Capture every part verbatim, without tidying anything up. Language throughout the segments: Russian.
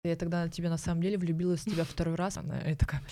Я тогда тебе на самом деле влюбилась в тебя второй раз. Она и такая...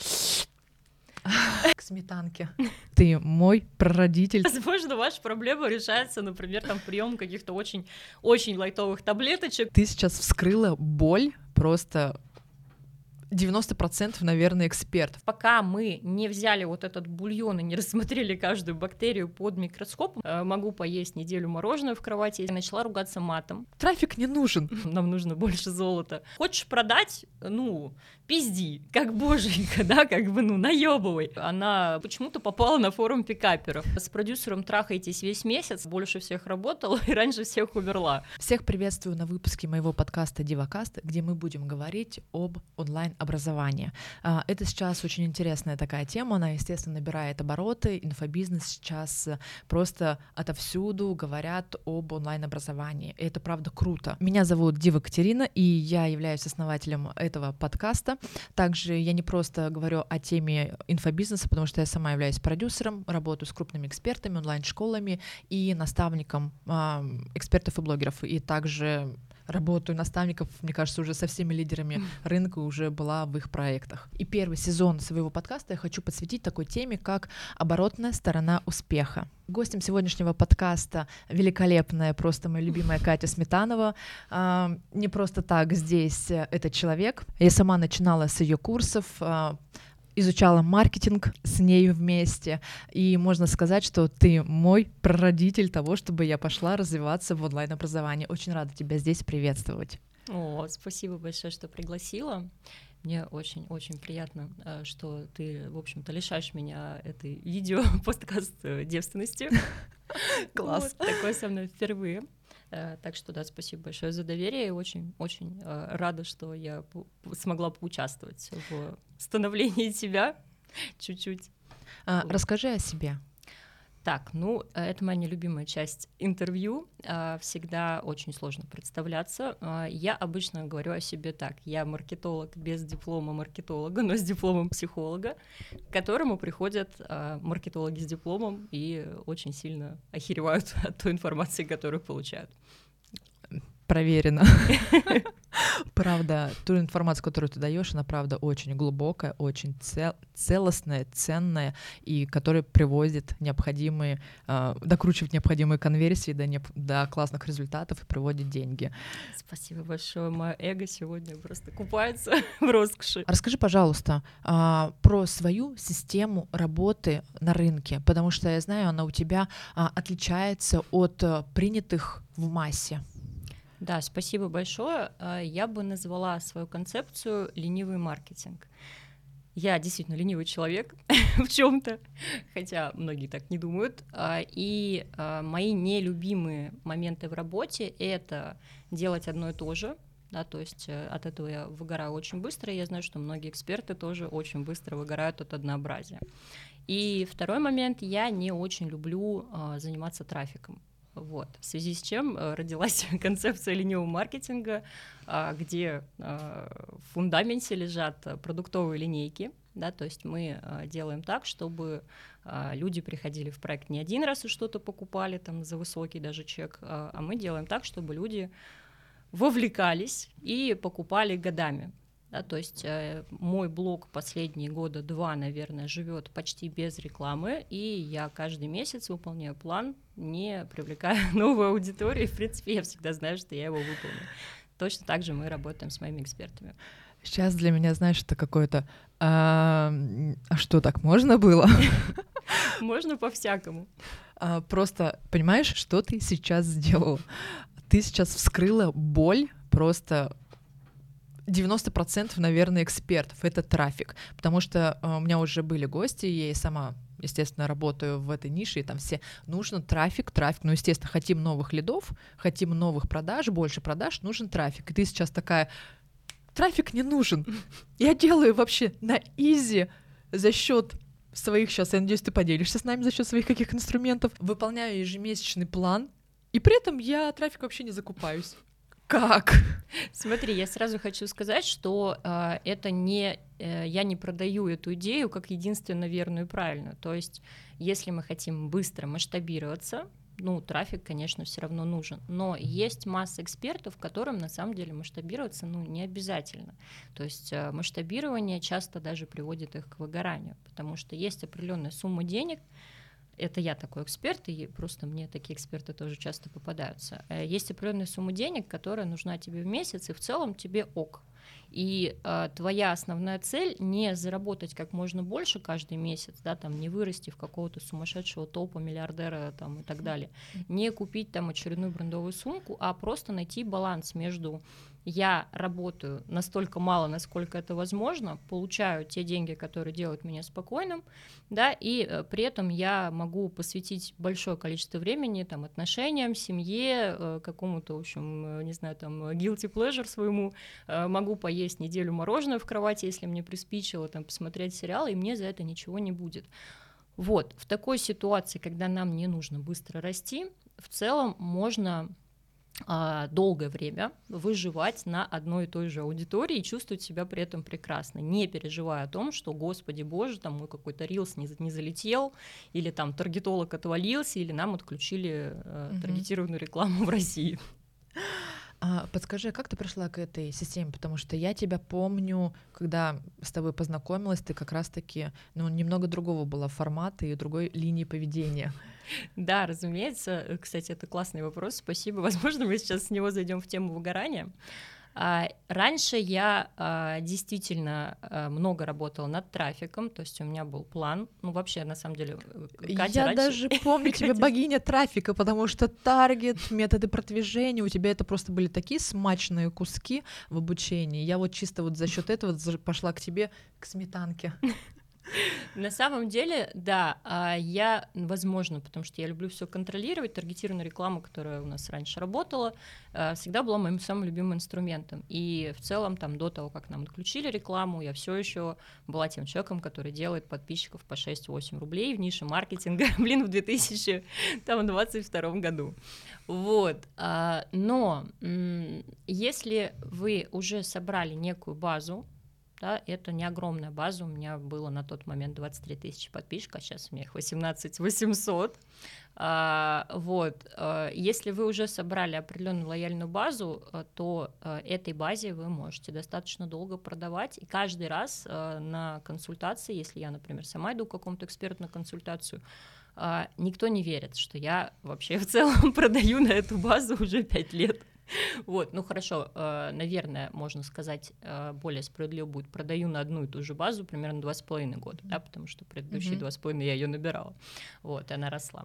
К сметанке. Ты мой прародитель. Возможно, ваша проблема решается, например, там прием каких-то очень, очень лайтовых таблеточек. Ты сейчас вскрыла боль просто... девяносто процентов, наверное, экспертов. Пока мы не взяли вот этот бульон и не рассмотрели каждую бактерию под микроскопом, могу поесть неделю мороженое в кровати, и начала ругаться матом. Трафик не нужен. Нам нужно больше золота. Хочешь продать? Ну, пизди, как боженька, да, как бы, ну, наебывай. Она почему-то попала на форум пикаперов. С продюсером трахаетесь весь месяц, больше всех работала и раньше всех умерла. Всех приветствую на выпуске моего подкаста DivaCast, где мы будем говорить об онлайн-образовании. Это сейчас очень интересная такая тема, она, естественно, набирает обороты, инфобизнес сейчас просто отовсюду говорят об онлайн-образовании. И это, правда, круто. Меня зовут Дива Катерина, и я являюсь основателем этого подкаста. Также я не просто говорю о теме инфобизнеса, потому что я сама являюсь продюсером, работаю с крупными экспертами, онлайн-школами и наставником э, экспертов и блогеров. И также работаю наставников, мне кажется, уже со всеми лидерами рынка, уже была в их проектах. И первый сезон своего подкаста я хочу посвятить такой теме, как оборотная сторона успеха. Гостем сегодняшнего подкаста великолепная, просто моя любимая Катя Сметанова. А, не просто так здесь этот человек. Я сама начинала с ее курсов, а, изучала маркетинг с ней вместе, и можно сказать, что ты мой прародитель того, чтобы я пошла развиваться в онлайн-образовании. Очень рада тебя здесь приветствовать. О, спасибо большое, что пригласила. Мне очень-очень приятно, что ты, в общем-то, лишаешь меня этой видео-подкаст девственности. Класс. Такое со мной впервые. Так что, да, спасибо большое за доверие, и очень-очень рада, что я смогла поучаствовать в становлении тебя чуть-чуть. А, расскажи о себе. Так, ну, это моя нелюбимая часть интервью. Всегда очень сложно представляться. Я обычно говорю о себе так. Я маркетолог без диплома маркетолога, но с дипломом психолога, к которому приходят маркетологи с дипломом и очень сильно охеревают от той информации, которую получают. Проверено. Правда, ту информацию, которую ты даешь, она, правда, очень глубокая, очень цел- целостная, ценная, и которая приводит необходимые, э, докручивает необходимые конверсии до, не- до классных результатов и приводит деньги. Спасибо большое. Мое эго сегодня просто купается в роскоши. Расскажи, пожалуйста, э, про свою систему работы на рынке, потому что я знаю, она у тебя э, отличается от э, принятых в массе. Да, спасибо большое. Я бы назвала свою концепцию ленивый маркетинг. Я действительно ленивый человек в чем-то, хотя многие так не думают. И мои нелюбимые моменты в работе — это делать одно и то же. Да, то есть от этого я выгораю очень быстро, и я знаю, что многие эксперты тоже очень быстро выгорают от однообразия. И второй момент — я не очень люблю заниматься трафиком. Вот. В связи с чем родилась концепция ленивого маркетинга, где в фундаменте лежат продуктовые линейки, да, то есть мы делаем так, чтобы люди приходили в проект не один раз и что-то покупали там за высокий даже чек, а мы делаем так, чтобы люди вовлекались и покупали годами. Да, то есть э, мой блог последние года два, наверное, живет почти без рекламы, и я каждый месяц выполняю план, не привлекая новую аудиторию, и, в принципе, я всегда знаю, что я его выполню. Точно так же мы работаем с моими экспертами. Сейчас для меня, знаешь, это какое-то... А, а что, так можно было? Можно по-всякому. А, просто, понимаешь, что ты сейчас сделала? Ты сейчас вскрыла боль просто... девяносто процентов, наверное, экспертов — это трафик, потому что э, у меня уже были гости, я и сама, естественно, работаю в этой нише, и там все нужен трафик, трафик, ну, естественно, хотим новых лидов, хотим новых продаж, больше продаж, нужен трафик, и ты сейчас такая, трафик не нужен, я делаю вообще на изи за счет своих, сейчас, я надеюсь, ты поделишься с нами за счет своих каких инструментов, выполняю ежемесячный план, и при этом я трафик вообще не закупаюсь. Как? Смотри, я сразу хочу сказать, что э, это не, э, я не продаю эту идею как единственно верную и правильную. То есть, если мы хотим быстро масштабироваться, ну, трафик, конечно, все равно нужен. Но есть масса экспертов, которым на самом деле масштабироваться, ну, не обязательно. То есть масштабирование часто даже приводит их к выгоранию, потому что есть определенная сумма денег. Это я такой эксперт, и просто мне такие эксперты тоже часто попадаются. Есть определенная сумма денег, которая нужна тебе в месяц, и в целом тебе ок. И э, твоя основная цель не заработать как можно больше каждый месяц, да, там, не вырасти в какого-то сумасшедшего топа, миллиардера там, и так далее, не купить там очередную брендовую сумку, а просто найти баланс между я работаю настолько мало, насколько это возможно, получаю те деньги, которые делают меня спокойным, да, и э, при этом я могу посвятить большое количество времени там, отношениям, семье, э, какому-то, в общем, э, не знаю, там, guilty pleasure своему, э, могу поесть неделю мороженое в кровати, если мне приспичило, там, посмотреть сериал, и мне за это ничего не будет. Вот, в такой ситуации, когда нам не нужно быстро расти, в целом можно долгое время выживать на одной и той же аудитории и чувствовать себя при этом прекрасно, не переживая о том, что, господи боже, там мой какой-то рилс не, не залетел, или там таргетолог отвалился, или нам отключили э, mm-hmm. таргетированную рекламу в России. А, подскажи, как ты пришла к этой системе? Потому что я тебя помню, когда с тобой познакомилась, ты как раз-таки, ну, немного другого было формата и другой линии поведения. Да, разумеется. Кстати, это классный вопрос, спасибо. Возможно, мы сейчас с него зайдем в тему выгорания. Раньше я действительно много работала над трафиком, то есть у меня был план, ну вообще, на самом деле, Катя Я раньше... даже помню тебя богиня трафика, потому что таргет, методы продвижения, у тебя это просто были такие смачные куски в обучении. Я вот чисто вот за счет этого пошла к тебе, к сметанке. На самом деле, да, я, возможно, потому что я люблю все контролировать, таргетированную рекламу, которая у нас раньше работала, всегда была моим самым любимым инструментом. И в целом, там, до того, как нам отключили рекламу, я все еще была тем человеком, который делает подписчиков по шесть-восемь рублей в нише маркетинга, блин, в две тысячи двадцать втором году. Вот. Но если вы уже собрали некую базу, да, это не огромная база, у меня было на тот момент двадцать три тысячи подписчиков, а сейчас у меня их восемнадцать тысяч восемьсот. А, вот. А, если вы уже собрали определенную лояльную базу, то а, этой базе вы можете достаточно долго продавать, и каждый раз а, на консультации, если я, например, сама иду к какому-то эксперту на консультацию, а, никто не верит, что я вообще в целом продаю на эту базу уже пять лет. Вот, ну хорошо, наверное, можно сказать, более справедливо будет, продаю на одну и ту же базу примерно два с половиной года, да, потому что предыдущие два с половиной я ее набирала, вот, и она росла.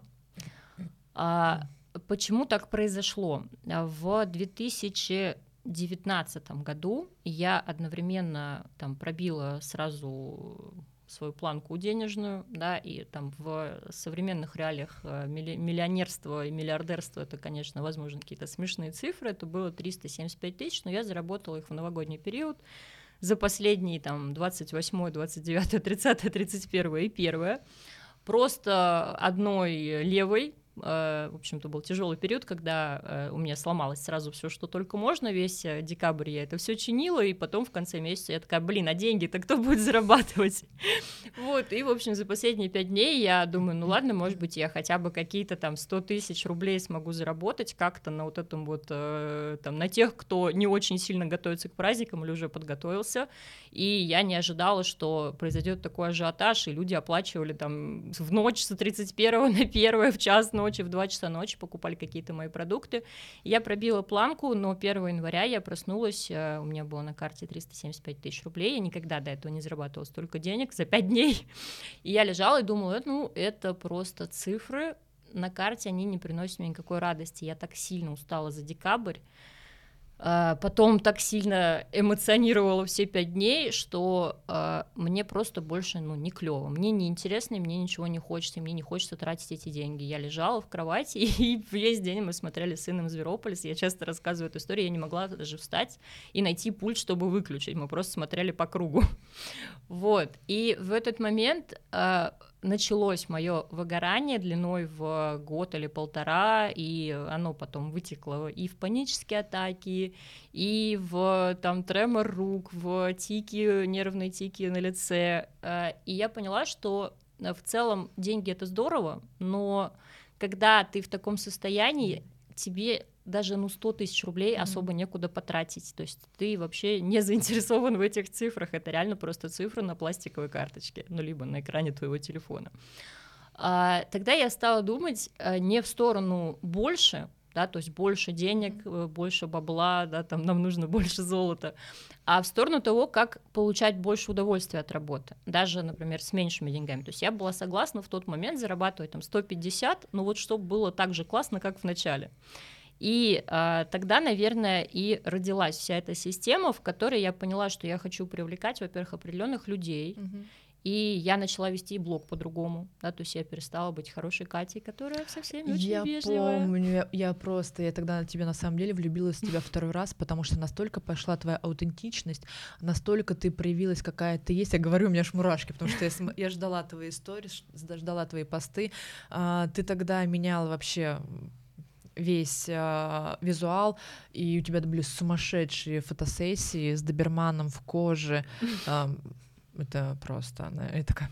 А почему так произошло? В две тысячи девятнадцатом году я одновременно там пробила сразу свою планку денежную, да, и там в современных реалиях миллионерство и миллиардерство — это, конечно, возможно, какие-то смешные цифры, это было триста семьдесят пять тысяч, но я заработала их в новогодний период за последние там двадцать восьмое, двадцать девятое, тридцатое, тридцать первое и первое, просто одной левой. В общем-то, был тяжелый период, когда у меня сломалось сразу все, что только можно, весь декабрь я это все чинила, и потом в конце месяца я такая, блин, а деньги-то кто будет зарабатывать? Вот, и, в общем, за последние пять дней я думаю, ну ладно, может быть, я хотя бы какие-то там сто тысяч рублей смогу заработать как-то на вот этом вот, там, на тех, кто не очень сильно готовится к праздникам или уже подготовился, и я не ожидала, что произойдет такой ажиотаж, и люди оплачивали там в ночь с тридцать первого на первое, в час ночи, в два часа ночи покупали какие-то мои продукты. Я пробила планку, но первого января я проснулась, у меня было на карте триста семьдесят пять тысяч рублей, я никогда до этого не зарабатывала столько денег за пять дней. И я лежала и думала, ну, это просто цифры, на карте они не приносят мне никакой радости. Я так сильно устала за декабрь, потом так сильно эмоционировала все пять дней, что э, мне просто больше, ну, не клево, мне не интересно, и мне ничего не хочется, и мне не хочется тратить эти деньги. Я лежала в кровати, и весь день мы смотрели с сыном «Зверополис», я часто рассказываю эту историю, я не могла даже встать и найти пульт, чтобы выключить, мы просто смотрели по кругу. Вот, и в этот момент э, началось мое выгорание длиной в год или полтора, и оно потом вытекло и в панические атаки, и в там тремор рук, в тики, нервные тики на лице. И я поняла, что в целом деньги — это здорово, но когда ты в таком состоянии, тебе даже ну сто тысяч рублей mm-hmm. особо некуда потратить, то есть ты вообще не заинтересован в этих цифрах, это реально просто цифры на пластиковой карточке, ну либо на экране твоего телефона. А, тогда я стала думать а, не в сторону больше, да, то есть больше денег, mm-hmm. больше бабла, да, там нам нужно больше золота, а в сторону того, как получать больше удовольствия от работы, даже, например, с меньшими деньгами. То есть я была согласна в тот момент зарабатывать там сто пятьдесят, но вот чтобы было так же классно, как в начале. И а, тогда, наверное, и родилась вся эта система, в которой я поняла, что я хочу привлекать, во-первых, определенных людей, mm-hmm. и я начала вести блог по-другому, да, то есть я перестала быть хорошей Катей, которая со всеми очень я вежливая. Я помню, я, я просто, я тогда на тебя на самом деле влюбилась в тебя второй раз, потому что настолько пошла твоя аутентичность, настолько ты проявилась, какая ты есть. Я говорю, у меня аж мурашки, потому что я, я ждала твои истории, ждала твои посты. А, ты тогда меняла вообще весь э, визуал, и у тебя были сумасшедшие фотосессии с доберманом в коже. Э, это просто, она я такая...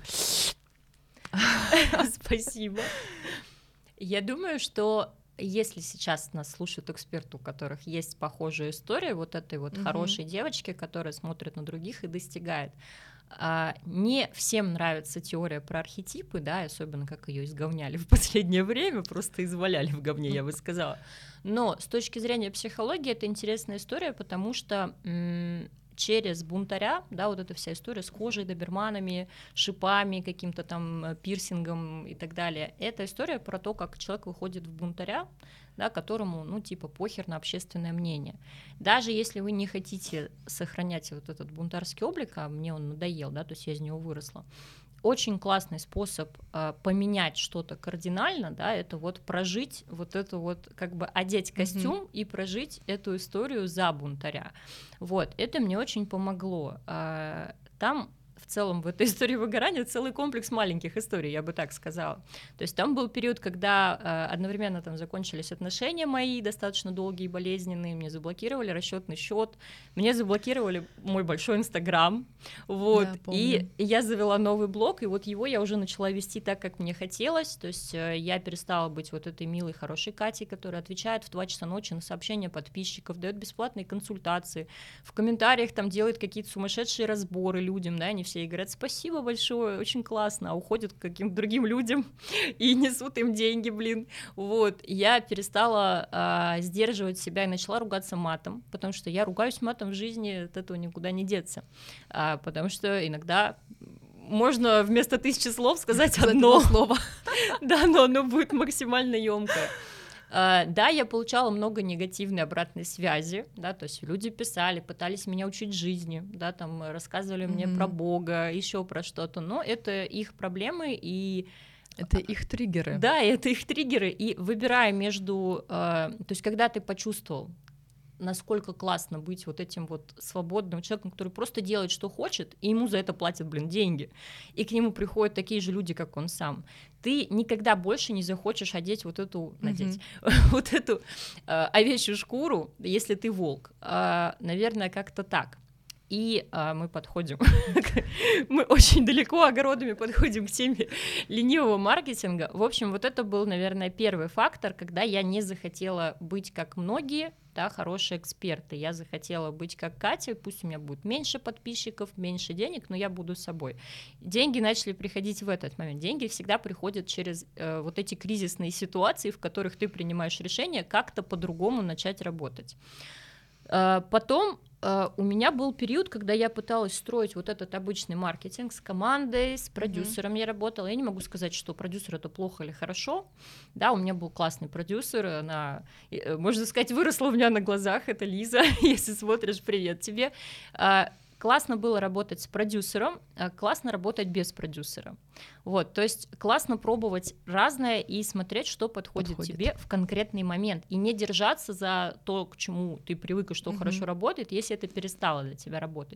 Спасибо. Я думаю, что если сейчас нас слушают эксперты, у которых есть похожая история, вот этой вот mm-hmm. хорошей девочки, которая смотрит на других и достигает, Uh, не всем нравится теория про архетипы, да, особенно как ее изговняли в последнее время, просто изваляли в говне, я бы сказала. Но с точки зрения психологии это интересная история, потому что м- через бунтаря, да, вот эта вся история с кожей, доберманами, шипами, каким-то там пирсингом и так далее, это история про то, как человек выходит в бунтаря, да, которому, ну, типа, похер на общественное мнение. Даже если вы не хотите сохранять вот этот бунтарский облик, а мне он надоел, да, то есть я из него выросла, очень классный способ э, поменять что-то кардинально, да, это вот прожить вот это вот, как бы одеть костюм mm-hmm. и прожить эту историю за бунтаря. Вот, это мне очень помогло. Э, там в целом в этой истории выгорания целый комплекс маленьких историй, я бы так сказала. То есть там был период, когда э, одновременно там закончились отношения мои, достаточно долгие и болезненные, мне заблокировали расчетный счет, мне заблокировали мой большой Инстаграм, вот, да, и я завела новый блог, и вот его я уже начала вести так, как мне хотелось, то есть э, я перестала быть вот этой милой, хорошей Катей, которая отвечает в два часа ночи на сообщения подписчиков, дает бесплатные консультации, в комментариях там делает какие-то сумасшедшие разборы людям, да, они все и говорят спасибо большое, очень классно, а уходят к каким-то другим людям и несут им деньги, блин. Вот, я перестала а, сдерживать себя и начала ругаться матом, потому что я ругаюсь матом в жизни, от этого никуда не деться, а, потому что иногда можно вместо тысячи слов сказать одно слово, да, но оно будет максимально ёмкое. Uh, да, я получала много негативной обратной связи, да, то есть люди писали, пытались меня учить жизни, да, там рассказывали mm-hmm. мне про Бога, еще про что-то, но это их проблемы и это их триггеры. Да, это их триггеры, и выбирая между, uh, то есть когда ты почувствовал, насколько классно быть вот этим вот свободным человеком, который просто делает, что хочет, и ему за это платят, блин, деньги, и к нему приходят такие же люди, как он сам, ты никогда больше не захочешь одеть вот эту, надеть, mm-hmm. вот эту э, овечью шкуру, если ты волк, э, наверное, как-то так. И а, мы подходим, мы очень далеко огородами подходим к теме ленивого маркетинга. В общем, вот это был, наверное, первый фактор, когда я не захотела быть как многие, да, хорошие эксперты. Я захотела быть как Катя, пусть у меня будет меньше подписчиков, меньше денег, но я буду собой. Деньги начали приходить в этот момент. Деньги всегда приходят через э, вот эти кризисные ситуации, в которых ты принимаешь решение как-то по-другому начать работать. Э, потом Uh, у меня был период, когда я пыталась строить вот этот обычный маркетинг с командой, с продюсером mm-hmm. я работала. Я не могу сказать, что продюсер — это плохо или хорошо. Да, у меня был классный продюсер, она, можно сказать, выросла у меня на глазах, это Лиза, если смотришь, привет тебе. Uh, классно было работать с продюсером, классно работать без продюсера. Вот, то есть классно пробовать разное и смотреть, что подходит, подходит тебе в конкретный момент, и не держаться за то, к чему ты привык и что mm-hmm. хорошо работает, если это перестало для тебя работать.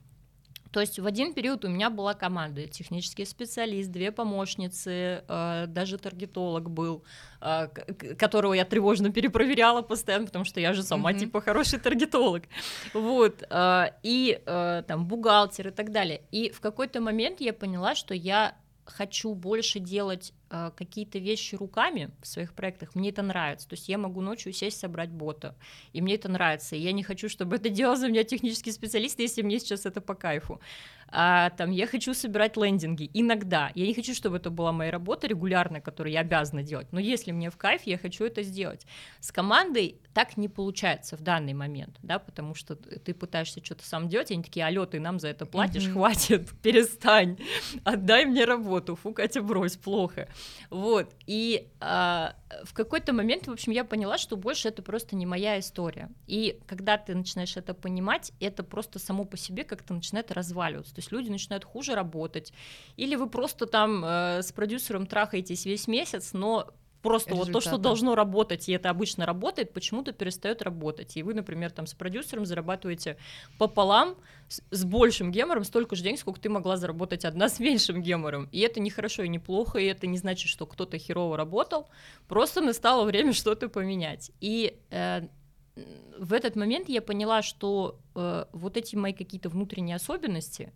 То есть в один период у меня была команда, технический специалист, две помощницы, э, даже таргетолог был, э, которого я тревожно перепроверяла постоянно, потому что я же сама mm-hmm. типа хороший таргетолог, вот, э, и э, там бухгалтер и так далее. И в какой-то момент я поняла, что я хочу больше делать э, какие-то вещи руками в своих проектах, мне это нравится. То есть я могу ночью сесть, собрать бота, и мне это нравится. И я не хочу, чтобы это делал за меня технический специалист, если мне сейчас это по кайфу. А, там, я хочу собирать лендинги иногда. Я не хочу, чтобы это была моя работа регулярная, которую я обязана делать. Но если мне в кайф, я хочу это сделать. С командой так не получается в данный момент, да, потому что ты пытаешься что-то сам делать, и они такие: алё, ты нам за это платишь, mm-hmm. хватит, перестань, отдай мне работу, фу, Катя, брось, плохо. Вот, и а, в какой-то момент, в общем, я поняла, что больше это просто не моя история. И когда ты начинаешь это понимать, это просто само по себе как-то начинает разваливаться. То есть люди начинают хуже работать, или вы просто там э, с продюсером трахаетесь весь месяц, но просто результаты. Вот то, что должно работать, и это обычно работает, почему-то перестает работать. И вы, например, там с продюсером зарабатываете пополам с, с большим гемором столько же денег, сколько ты могла заработать одна с меньшим гемором. И это не хорошо и не плохо, и это не значит, что кто-то херово работал, просто настало время что-то поменять. И э, в этот момент я поняла, что э, вот эти мои какие-то внутренние особенности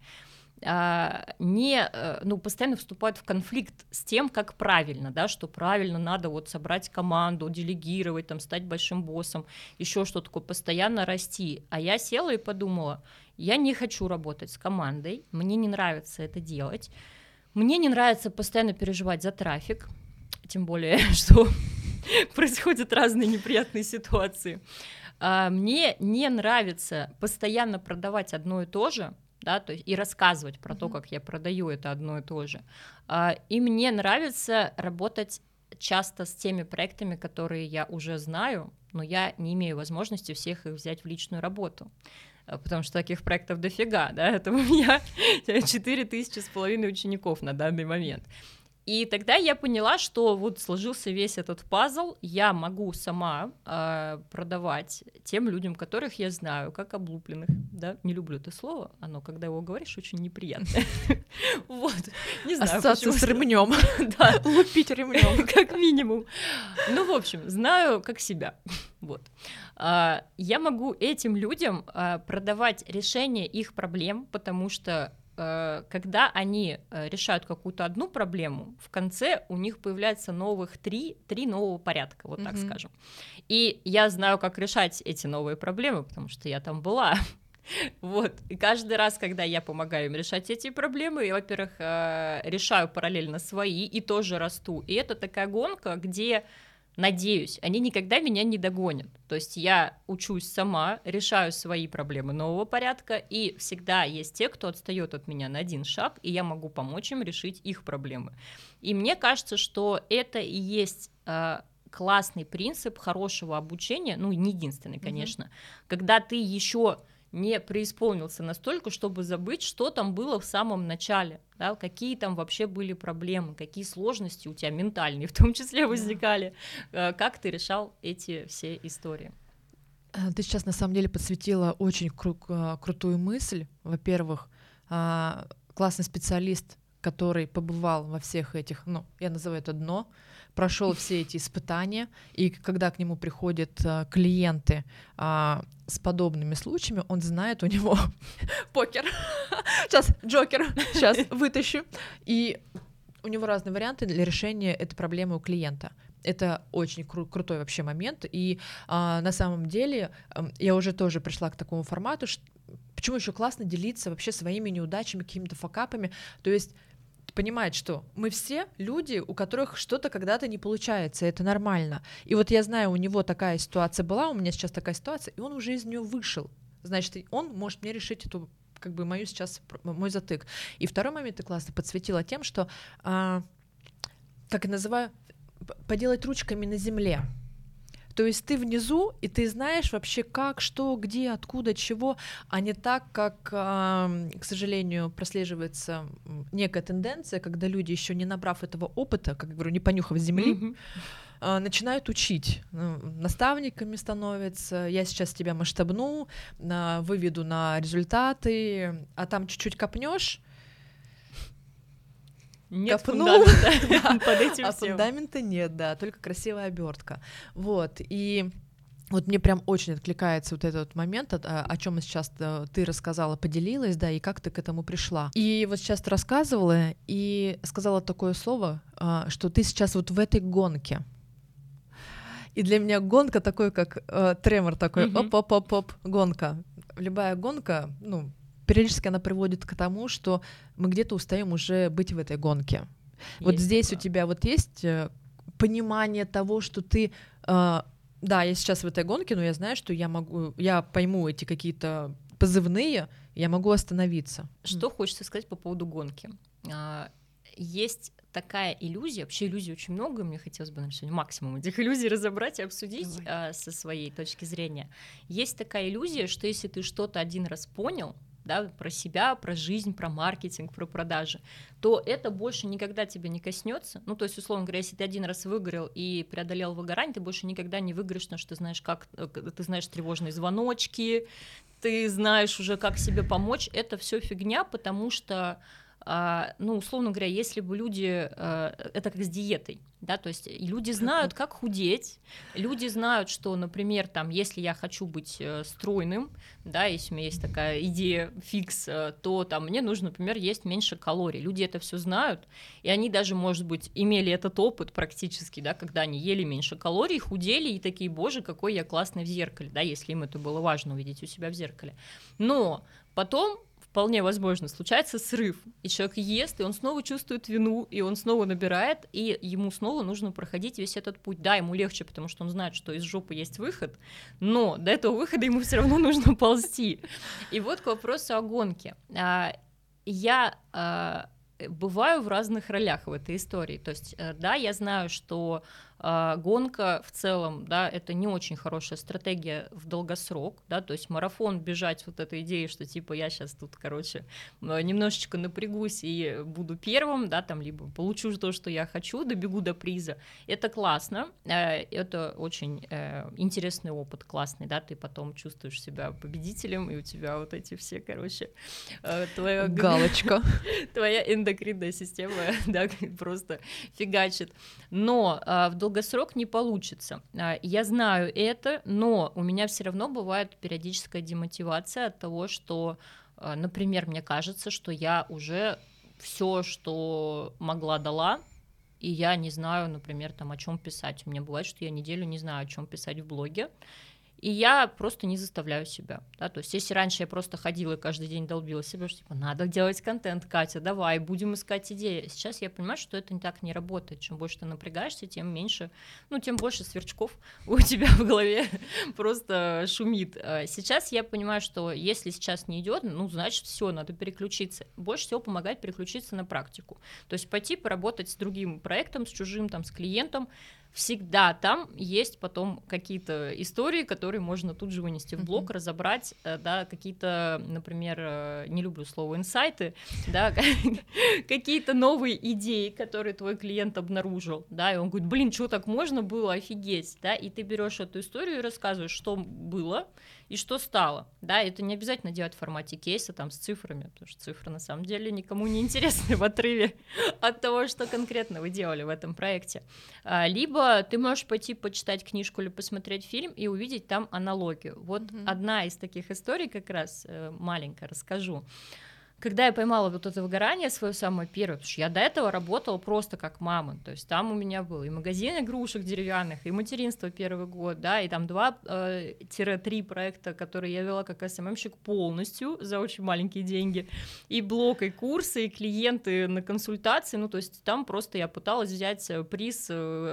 не, ну, постоянно вступают в конфликт с тем, как правильно, да, что правильно надо вот собрать команду, делегировать, там, стать большим боссом, еще что-то такое, постоянно расти. А я села и подумала: я не хочу работать с командой, мне не нравится это делать, мне не нравится постоянно переживать за трафик, тем более, что происходят разные неприятные ситуации. Мне не нравится постоянно продавать одно и то же, да, то есть и рассказывать про mm-hmm. то, как я продаю это одно и то же. И мне нравится работать часто с теми проектами, которые я уже знаю, но я не имею возможности всех их взять в личную работу, потому что таких проектов дофига, да, это у меня четыре тысячи с половиной учеников на данный момент. И тогда я поняла, что вот сложился весь этот пазл, я могу сама э, продавать тем людям, которых я знаю, как облупленных, да, не люблю это слово, оно, когда его говоришь, очень неприятное. Вот, не знаю. Ассоциация с ремнем. Да, лупить ремнем, как минимум. Ну, в общем, знаю как себя. Вот. Я могу этим людям продавать решение их проблем, потому что когда они решают какую-то одну проблему, в конце у них появляется новых три, три нового порядка, вот так mm-hmm. скажем. И я знаю, как решать эти новые проблемы, потому что я там была. Вот. И каждый раз, когда я помогаю им решать эти проблемы, я, во-первых, решаю параллельно свои и тоже расту. И это такая гонка, где... Надеюсь, они никогда меня не догонят. То есть я учусь сама, решаю свои проблемы нового порядка, и всегда есть те, кто отстает от меня на один шаг, и я могу помочь им решить их проблемы. И мне кажется, что это и есть э, классный принцип хорошего обучения, ну, не единственный, конечно, mm-hmm. когда ты еще не преисполнился настолько, чтобы забыть, что там было в самом начале, да, какие там вообще были проблемы, какие сложности у тебя ментальные в том числе возникали, yeah. как ты решал эти все истории. Ты сейчас на самом деле подсветила очень кру- крутую мысль. Во-первых, классный специалист, который побывал во всех этих, ну, я называю это дно, прошел все эти испытания, и когда к нему приходят а, клиенты а, с подобными случаями, он знает, у него покер, сейчас Джокер, сейчас вытащу, и у него разные варианты для решения этой проблемы у клиента. Это очень кру- крутой вообще момент, и а, на самом деле а, я уже тоже пришла к такому формату, что, почему еще классно делиться вообще своими неудачами, какими-то факапами, то есть понимать, что мы все люди, у которых что-то когда-то не получается, это нормально. И вот я знаю, у него такая ситуация была, у меня сейчас такая ситуация, и он уже из нее вышел. Значит, он может мне решить эту, как бы, мою сейчас, мой затык. И второй момент ты классно подсветила тем, что, а, как я называю, поделать ручками на земле. То есть ты внизу, и ты знаешь вообще как, что, где, откуда, чего, а не так, как, к сожалению, прослеживается некая тенденция, когда люди, еще не набрав этого опыта, как я говорю, не понюхав земли, mm-hmm. начинают учить. Наставниками становятся, я сейчас тебя масштабну, выведу на результаты, а там чуть-чуть копнешь, Нет копнул, фундамента под этим а всем. Фундамента нет, да, только красивая обертка. Вот, и Вот мне прям очень откликается вот этот момент, о, о чем сейчас ты рассказала, поделилась, да, и как ты к этому пришла. И вот сейчас ты рассказывала и сказала такое слово, что ты сейчас вот в этой гонке. И для меня гонка такой, как э, тремор такой, mm-hmm. оп-оп-оп-оп, гонка. Любая гонка, ну, периодически она приводит к тому, что мы где-то устаем уже быть в этой гонке. Есть вот здесь такое. У тебя вот есть э, понимание того, что ты, э, да, я сейчас в этой гонке, но я знаю, что я могу, я пойму эти какие-то позывные, я могу остановиться. Что mm. хочется сказать по поводу гонки? А, есть такая иллюзия, вообще иллюзий очень много, мне хотелось бы, наверное, сегодня максимум этих иллюзий разобрать и обсудить а, со своей точки зрения. Есть такая иллюзия, что если ты что-то один раз понял, да, про себя, про жизнь, про маркетинг, про продажи, то это больше никогда тебя не коснется. Ну, то есть, условно говоря, если ты один раз выгорел и преодолел выгорание, ты больше никогда не выгоришь, потому что ты знаешь, как, ты знаешь тревожные звоночки, ты знаешь уже, как себе помочь. Это все фигня, потому что Uh, ну, условно говоря, если бы люди, uh, это как с диетой, да, то есть люди знают, как худеть, люди знают, что, например, там, если я хочу быть uh, стройным, да, если у меня есть такая идея фикс, uh, то там мне нужно, например, есть меньше калорий, люди это все знают, и они даже, может быть, имели этот опыт практически, да, когда они ели меньше калорий, худели и такие, боже, какой я классный в зеркале, да, если им это было важно увидеть у себя в зеркале, но потом вполне возможно, случается срыв, и человек ест, и он снова чувствует вину, и он снова набирает, и ему снова нужно проходить весь этот путь. Да, ему легче, потому что он знает, что из жопы есть выход, но до этого выхода ему все равно нужно ползти. И вот к вопросу о гонке. Я бываю в разных ролях в этой истории. То есть, да, я знаю, что э, гонка в целом, да, это не очень хорошая стратегия в долгосрок, да, то есть марафон бежать вот этой идеей, что типа я сейчас тут, короче, немножечко напрягусь и буду первым, да, там, либо получу то, что я хочу, добегу до приза, это классно, э, это очень э, интересный опыт, классный, да, ты потом чувствуешь себя победителем, и у тебя вот эти все, короче, э, твоя галочка, твоя эндокринная система, да, просто фигачит. Но а, в долгосрок не получится. А, я знаю это, но у меня все равно бывает периодическая демотивация от того, что, а, например, мне кажется, что я уже все, что могла, дала, и я не знаю, например, там, о чем писать. У меня бывает, что я неделю не знаю, о чем писать в блоге. И я просто не заставляю себя, да, то есть если раньше я просто ходила и каждый день долбила себя, что типа надо делать контент, Катя, давай, будем искать идеи, сейчас я понимаю, что это так не работает, чем больше ты напрягаешься, тем меньше, ну, тем больше сверчков у тебя в голове просто шумит. Сейчас я понимаю, что если сейчас не идет, ну, значит, все, надо переключиться. Больше всего помогает переключиться на практику, то есть пойти поработать с другим проектом, с чужим, там, с клиентом. Всегда там есть потом какие-то истории, которые можно тут же вынести в блог, mm-hmm. разобрать, да, какие-то, например, не люблю слово инсайты, да, какие-то новые идеи, которые твой клиент обнаружил, да, и он говорит, блин, что так можно было, офигеть, да, и ты берешь эту историю и рассказываешь, что было и что стало, да, это не обязательно делать в формате кейса, там, с цифрами, потому что цифры, на самом деле, никому не интересны в отрыве от того, что конкретно вы делали в этом проекте, либо ты можешь пойти почитать книжку или посмотреть фильм и увидеть там аналогию. Вот mm-hmm. одна из таких историй, как раз маленькая, расскажу. Когда я поймала вот это выгорание свое самое первое, потому что я до этого работала просто как мама, то есть там у меня был и магазин игрушек деревянных, и материнство первый год, да, и там два-три проекта, которые я вела как эс эм эм-щик полностью за очень маленькие деньги, и блог, и курсы, и клиенты на консультации, ну, то есть там просто я пыталась взять приз,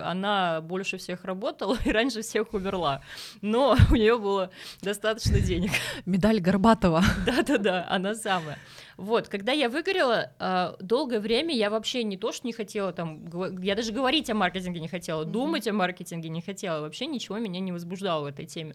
она больше всех работала и раньше всех умерла, но у нее было достаточно денег. Медаль Горбатова. Да-да-да, она самая. Вот, когда я выгорела, э, долгое время я вообще не то, что не хотела там, я даже говорить о маркетинге не хотела, mm-hmm. думать о маркетинге не хотела, вообще ничего меня не возбуждало в этой теме.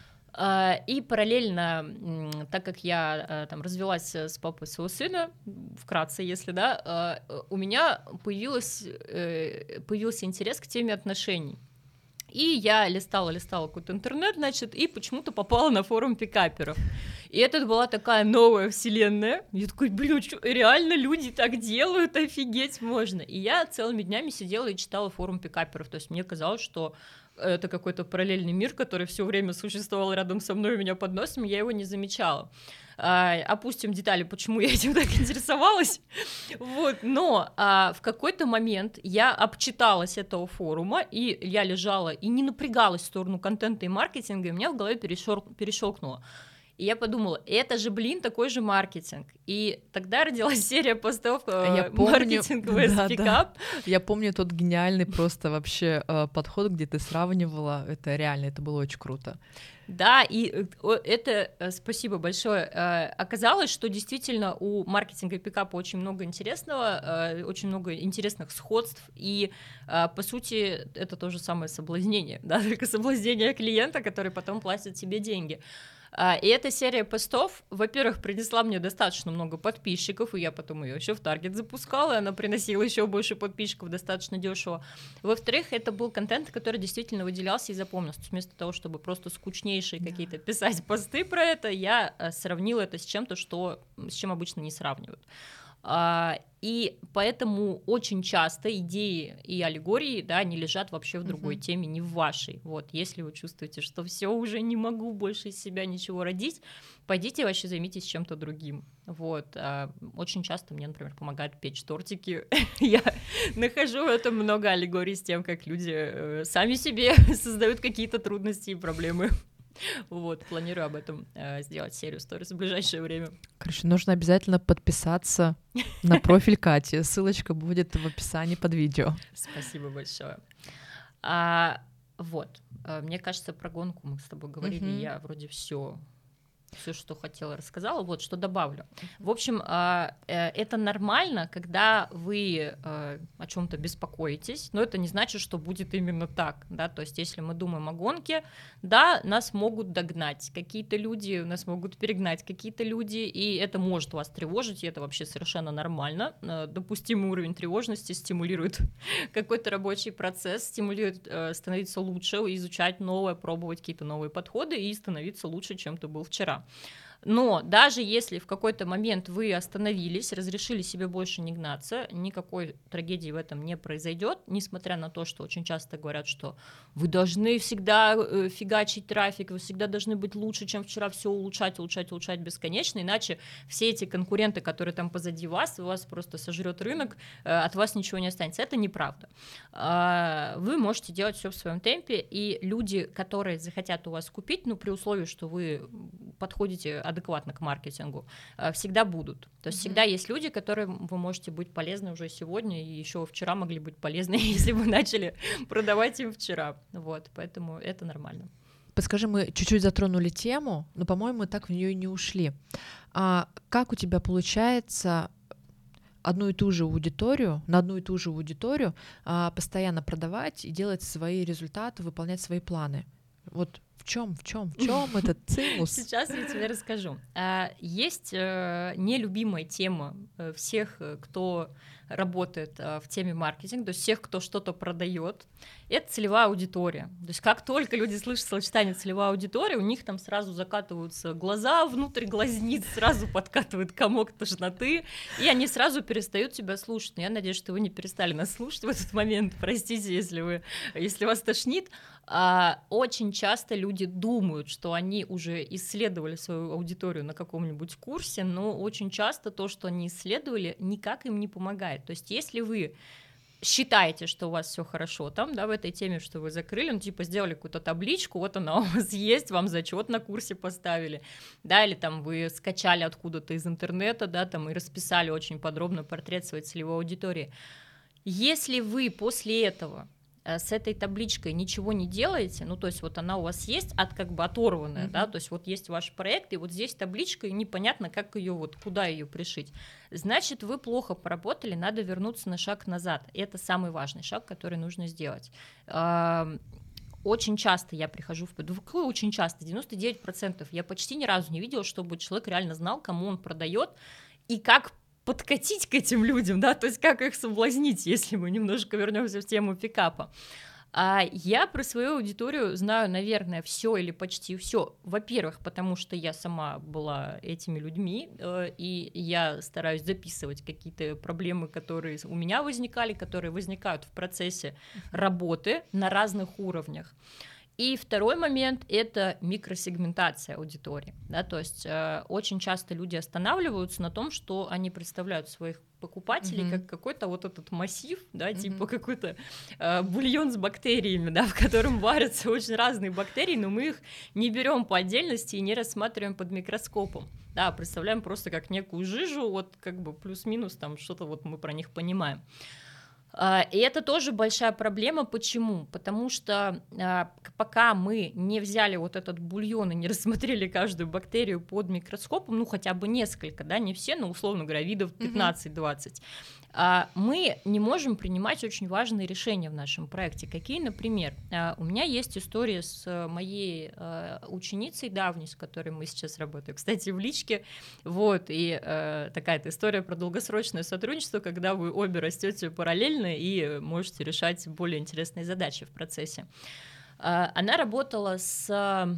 Э, и параллельно, э, так как я э, там развелась с папой своего сына, вкратце, если да, э, у меня появилось, э, появился интерес к теме отношений. И я листала, листала какой-то интернет, значит, и почему-то попала на форум пикаперов. И это была такая новая вселенная. Я такой, блин, что, реально люди так делают, офигеть можно. И я целыми днями сидела и читала форум пикаперов. То есть мне казалось, что это какой-то параллельный мир, который все время существовал рядом со мной у меня под носом, я его не замечала. А, опустим детали, почему я этим так интересовалась. Вот, но а, в какой-то момент я обчиталась этого форума, и я лежала и не напрягалась в сторону контента и маркетинга, и у меня в голове перещел- перещелкнуло. И я подумала, это же, блин, такой же маркетинг. И тогда родилась серия постов э, маркетинговая да, с пикап. Да. Я помню тот гениальный просто вообще э, подход, где ты сравнивала. Это реально, это было очень круто. Да, и это, спасибо большое, оказалось, что действительно у маркетинга и пикапа очень много интересного, очень много интересных сходств, и, по сути, это то же самое соблазнение, да, только соблазнение клиента, который потом платит тебе деньги. И эта серия постов, во-первых, принесла мне достаточно много подписчиков, и я потом ее еще в Таргет запускала, и она приносила еще больше подписчиков достаточно дешево. Во-вторых, это был контент, который действительно выделялся и запомнился. То есть вместо того, чтобы просто скучнейшие да. какие-то писать посты про это, я сравнила это с чем-то, что, с чем обычно не сравнивают. И поэтому очень часто идеи и аллегории, да, они лежат вообще в другой uh-huh. теме, не в вашей. Вот, если вы чувствуете, что все уже не могу больше из себя ничего родить, пойдите вообще займитесь чем-то другим. Вот, очень часто мне, например, помогает печь тортики. Я нахожу в этом много аллегорий с тем, как люди сами себе создают какие-то трудности и проблемы. Вот, планирую об этом э, сделать серию сторис в ближайшее время. Короче, нужно обязательно подписаться на профиль Кати. Ссылочка будет в описании под видео. Спасибо большое. А, вот, мне кажется, про гонку мы с тобой говорили, mm-hmm. я вроде все. Все, что хотела, рассказала. Вот, что добавлю. В общем, это нормально, когда вы о чем-то беспокоитесь, но это не значит, что будет именно так, да, то есть если мы думаем о гонке, да, нас могут догнать какие-то люди, нас могут перегнать какие-то люди, и это может вас тревожить, и это вообще совершенно нормально. Допустимый уровень тревожности стимулирует какой-то рабочий процесс, стимулирует становиться лучше, изучать новое, пробовать какие-то новые подходы и становиться лучше, чем ты был вчера. Но даже если в какой-то момент вы остановились, разрешили себе больше не гнаться, никакой трагедии в этом не произойдет, несмотря на то, что очень часто говорят, что вы должны всегда фигачить трафик, вы всегда должны быть лучше, чем вчера, все улучшать, улучшать, улучшать бесконечно, иначе все эти конкуренты, которые там позади вас, вас просто сожрет рынок, от вас ничего не останется. Это неправда. Вы можете делать все в своем темпе, и люди, которые захотят у вас купить, ну, при условии, что вы подходите адекватно к маркетингу, всегда будут. То есть mm-hmm. всегда есть люди, которым вы можете быть полезны уже сегодня, и еще вчера могли быть полезны, если вы начали продавать им вчера. Вот, поэтому это нормально. Подскажи, мы чуть-чуть затронули тему, но, по-моему, так в нее и не ушли. А как у тебя получается одну и ту же аудиторию, на одну и ту же аудиторию а, постоянно продавать и делать свои результаты, выполнять свои планы? Вот в чем, в чем, в чем этот цимус? Сейчас я тебе расскажу. Есть нелюбимая тема всех, кто работает в теме маркетинга, то есть всех, кто что-то продает, это целевая аудитория. То есть как только люди слышат сочетание целевая аудитория, у них там сразу закатываются глаза внутрь глазниц, сразу подкатывает комок тошноты, и они сразу перестают тебя слушать. Но я надеюсь, что вы не перестали нас слушать в этот момент. Простите, если вы, если вас тошнит. А, очень часто люди думают, что они уже исследовали свою аудиторию на каком-нибудь курсе, но очень часто то, что они исследовали, никак им не помогает. То есть если вы считаете, что у вас все хорошо там, да, в этой теме, что вы закрыли, ну, типа, сделали какую-то табличку, вот она у вас есть, вам зачет на курсе поставили, да, или там вы скачали откуда-то из интернета, да, там, и расписали очень подробно портрет своей целевой аудитории. Если вы после этого с этой табличкой ничего не делаете, ну, то есть вот она у вас есть, от, как бы оторванная, mm-hmm. да, то есть вот есть ваш проект, и вот здесь табличка, и непонятно, как ее, вот куда ее пришить. Значит, вы плохо поработали, надо вернуться на шаг назад. И это самый важный шаг, который нужно сделать. Очень часто я прихожу в ПДВК, очень часто, девяносто девять процентов, я почти ни разу не видела, чтобы человек реально знал, кому он продает, и как подкатить к этим людям, да, то есть как их соблазнить, если мы немножко вернемся в тему пикапа. А я про свою аудиторию знаю, наверное, все или почти все. Во-первых, потому что я сама была этими людьми, э, и я стараюсь записывать какие-то проблемы, которые у меня возникали, которые возникают в процессе работы на разных уровнях. И второй момент — это микросегментация аудитории, да, то есть э, очень часто люди останавливаются на том, что они представляют своих покупателей mm-hmm. как какой-то вот этот массив, да, mm-hmm. типа какой-то э, бульон с бактериями, да, в котором варятся очень разные бактерии, но мы их не берем по отдельности и не рассматриваем под микроскопом, да, представляем просто как некую жижу, вот как бы плюс-минус там что-то вот мы про них понимаем. И это тоже большая проблема. Почему? Потому что а, пока мы не взяли вот этот бульон и не рассмотрели каждую бактерию под микроскопом, ну хотя бы несколько, да, не все, но условно говоря, видов пятнадцать-двадцать, а, мы не можем принимать очень важные решения в нашем проекте. Какие, например, а, у меня есть история с моей а, ученицей давней, с которой мы сейчас работаем, кстати, в личке, вот, и а, такая-то история про долгосрочное сотрудничество, когда вы обе растете параллельно и можете решать более интересные задачи в процессе. Она работала с,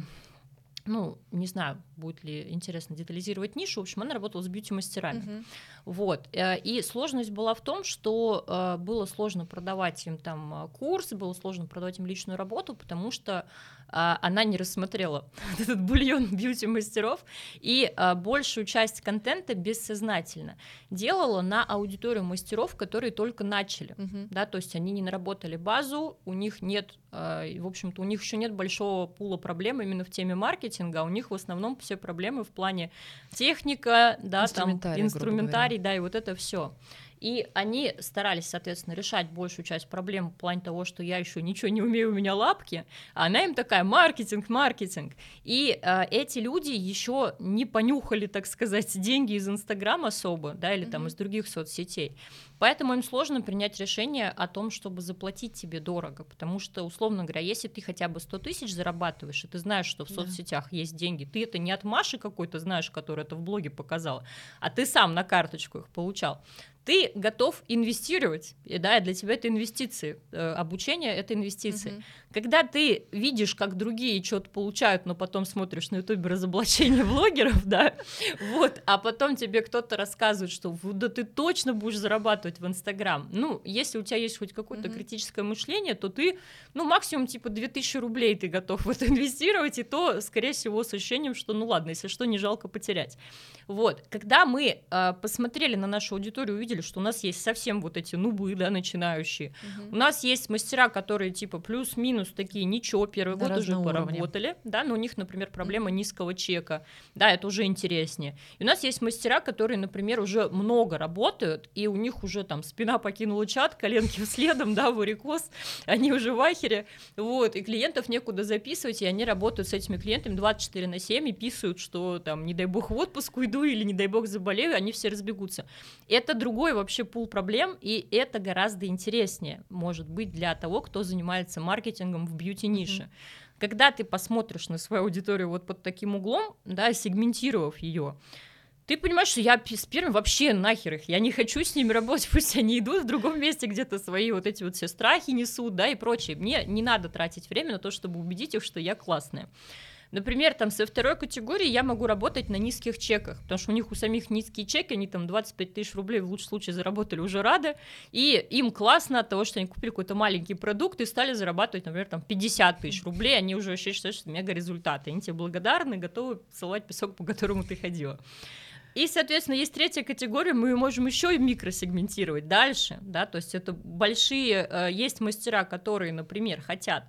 ну, не знаю, будет ли интересно детализировать нишу, в общем, она работала с бьюти-мастерами. Uh-huh. Вот. И сложность была в том, что было сложно продавать им там курс, было сложно продавать им личную работу, потому что она не рассмотрела этот бульон бьюти-мастеров и большую часть контента бессознательно делала на аудиторию мастеров, которые только начали, uh-huh. да, то есть они не наработали базу, у них нет, в общем-то, у них еще нет большого пула проблем именно в теме маркетинга, а у них в основном все проблемы в плане техника, да, инструментарий, там инструментарий, да, и вот это все. И они старались, соответственно, решать большую часть проблем в плане того, что я еще ничего не умею, у меня лапки, а она им такая: маркетинг, маркетинг. И э, эти люди еще не понюхали, так сказать, деньги из Инстаграма особо, да, или mm-hmm. там из других соцсетей. Поэтому им сложно принять решение о том, чтобы заплатить тебе дорого, потому что, условно говоря, если ты хотя бы сто тысяч зарабатываешь, и ты знаешь, что в да. соцсетях есть деньги, ты это не от Маши какой-то знаешь, которая это в блоге показала, а ты сам на карточку их получал, ты готов инвестировать, и, да, для тебя это инвестиции, э, обучение — это инвестиции. Uh-huh. Когда ты видишь, как другие что-то получают, но потом смотришь на ютубе разоблачение блогеров, да, вот, а потом тебе кто-то рассказывает, что да ты точно будешь зарабатывать в Инстаграм, ну, если у тебя есть хоть какое-то uh-huh. критическое мышление, то ты, ну, максимум, типа, две тысячи рублей ты готов в это инвестировать, и то, скорее всего, с ощущением, что, ну, ладно, если что, не жалко потерять. Вот, когда мы э, посмотрели на нашу аудиторию, увидели, что у нас есть совсем вот эти нубы, да, начинающие, uh-huh. у нас есть мастера, которые, типа, плюс-минус такие, ничего, первый да, год уже поработали, уровня. Да, но у них, например, проблема uh-huh. низкого чека, да, это уже интереснее. И у нас есть мастера, которые, например, уже много работают, и у них уже там спина покинула чат, коленки следом, да, варикоз, они уже в ахере, вот, и клиентов некуда записывать, и они работают с этими клиентами двадцать четыре на семь и писают, что там, не дай бог, в отпуск уйду или, не дай бог, заболею, они все разбегутся. Это другой вообще пул проблем, и это гораздо интереснее, может быть, для того, кто занимается маркетингом в бьюти-нише. Mm-hmm. Когда ты посмотришь на свою аудиторию вот под таким углом, да, сегментировав ее, ты понимаешь, что я с первым вообще нахер их, я не хочу с ними работать, пусть они идут в другом месте, где-то свои вот эти вот все страхи несут, да, и прочее. Мне не надо тратить время на то, чтобы убедить их, что я классная. Например, там со второй категории я могу работать на низких чеках, потому что у них у самих низкие чеки, они там двадцать пять тысяч рублей в лучшем случае заработали уже рады, и им классно от того, что они купили какой-то маленький продукт и стали зарабатывать, например, там пятьдесят тысяч рублей, они уже вообще считают, что это мега результаты, они тебе благодарны, готовы целовать песок, по которому ты ходила. И, соответственно, есть третья категория, мы можем еще и микросегментировать дальше, да, то есть это большие, есть мастера, которые, например, хотят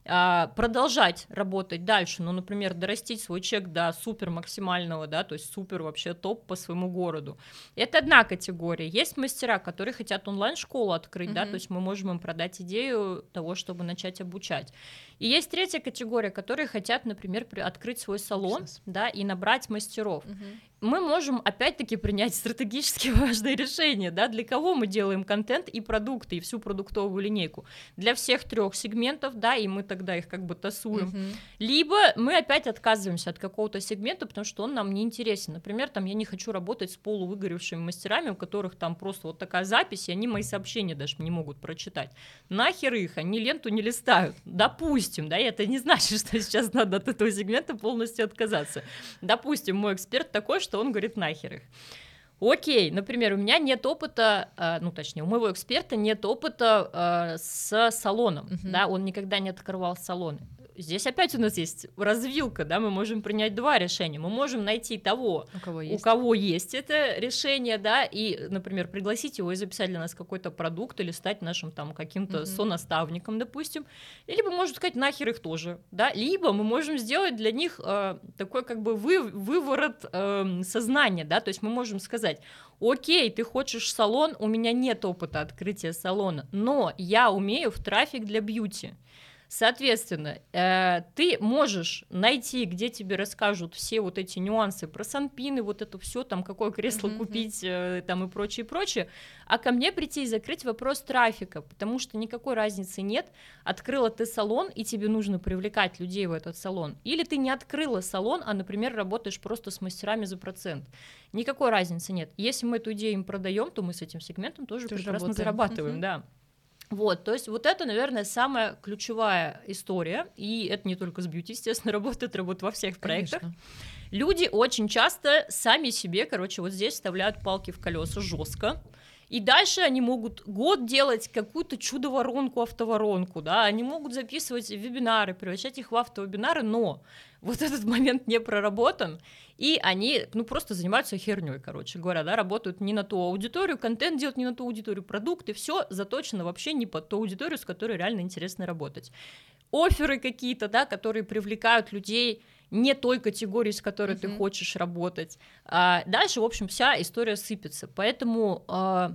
продолжать работать дальше, ну, например, дорастить свой чек до супер максимального, да, то есть супер вообще топ по своему городу. Это одна категория. Есть мастера, которые хотят онлайн-школу открыть, mm-hmm. да, то есть мы можем им продать идею того, чтобы начать обучать. И есть третья категория, которые хотят, например, открыть свой салон, Сейчас. да, и набрать мастеров. Mm-hmm. Мы можем опять-таки принять стратегически важные решения, да, для кого мы делаем контент и продукты, и всю продуктовую линейку. Для всех трех сегментов, да, и мы тогда их как бы тасуем. Мгм. Либо мы опять отказываемся от какого-то сегмента, потому что он нам не интересен. Например, там я не хочу работать с полувыгоревшими мастерами, у которых там просто вот такая запись, и они мои сообщения даже не могут прочитать. Нахер их, они ленту не листают. Допустим, да, и это не значит, что сейчас надо от этого сегмента полностью отказаться. Допустим, мой эксперт такой, что он говорит нахер их. Окей, например, у меня нет опыта, э, ну, точнее, у моего эксперта нет опыта э, с салоном, Мгм. да, он никогда не открывал салоны. Здесь опять у нас есть развилка, да, мы можем принять два решения. Мы можем найти того, У кого у есть. кого есть это решение, да, и, например, пригласить его и записать для нас какой-то продукт или стать нашим там каким-то Мгм. сонаставником, допустим. Либо можем сказать нахер их тоже, да, либо мы можем сделать для них э, такой как бы вы, выворот э, сознания, да, то есть мы можем сказать: окей, ты хочешь салон, у меня нет опыта открытия салона, но я умею в трафик для бьюти. Соответственно, э, ты можешь найти, где тебе расскажут все вот эти нюансы про санпины, вот это все, там, какое кресло Мгм, купить, э, там, и прочее, прочее, а ко мне прийти и закрыть вопрос трафика, потому что никакой разницы нет, открыла ты салон, и тебе нужно привлекать людей в этот салон, или ты не открыла салон, а, например, работаешь просто с мастерами за процент. Никакой разницы нет. Если мы эту идею им продаем, то мы с этим сегментом тоже, Тоже прекрасно работаем. зарабатываем, Мгм. да. Вот, то есть вот это, наверное, самая ключевая история, и это не только с бьюти, естественно, работает, работает во всех проектах. Конечно. Люди очень часто сами себе, короче, вот здесь вставляют палки в колеса жестко, и дальше они могут год делать какую-то чудо-воронку, автоворонку, да, они могут записывать вебинары, превращать их в автовебинары, но вот этот момент не проработан, и они, ну, просто занимаются херней, короче говоря, да, работают не на ту аудиторию, контент делают не на ту аудиторию, продукты, все заточено вообще не под ту аудиторию, с которой реально интересно работать. Офферы какие-то, да, которые привлекают людей не той категории, с которой ты Мгм. хочешь работать. А дальше, в общем, вся история сыпется. Поэтому а,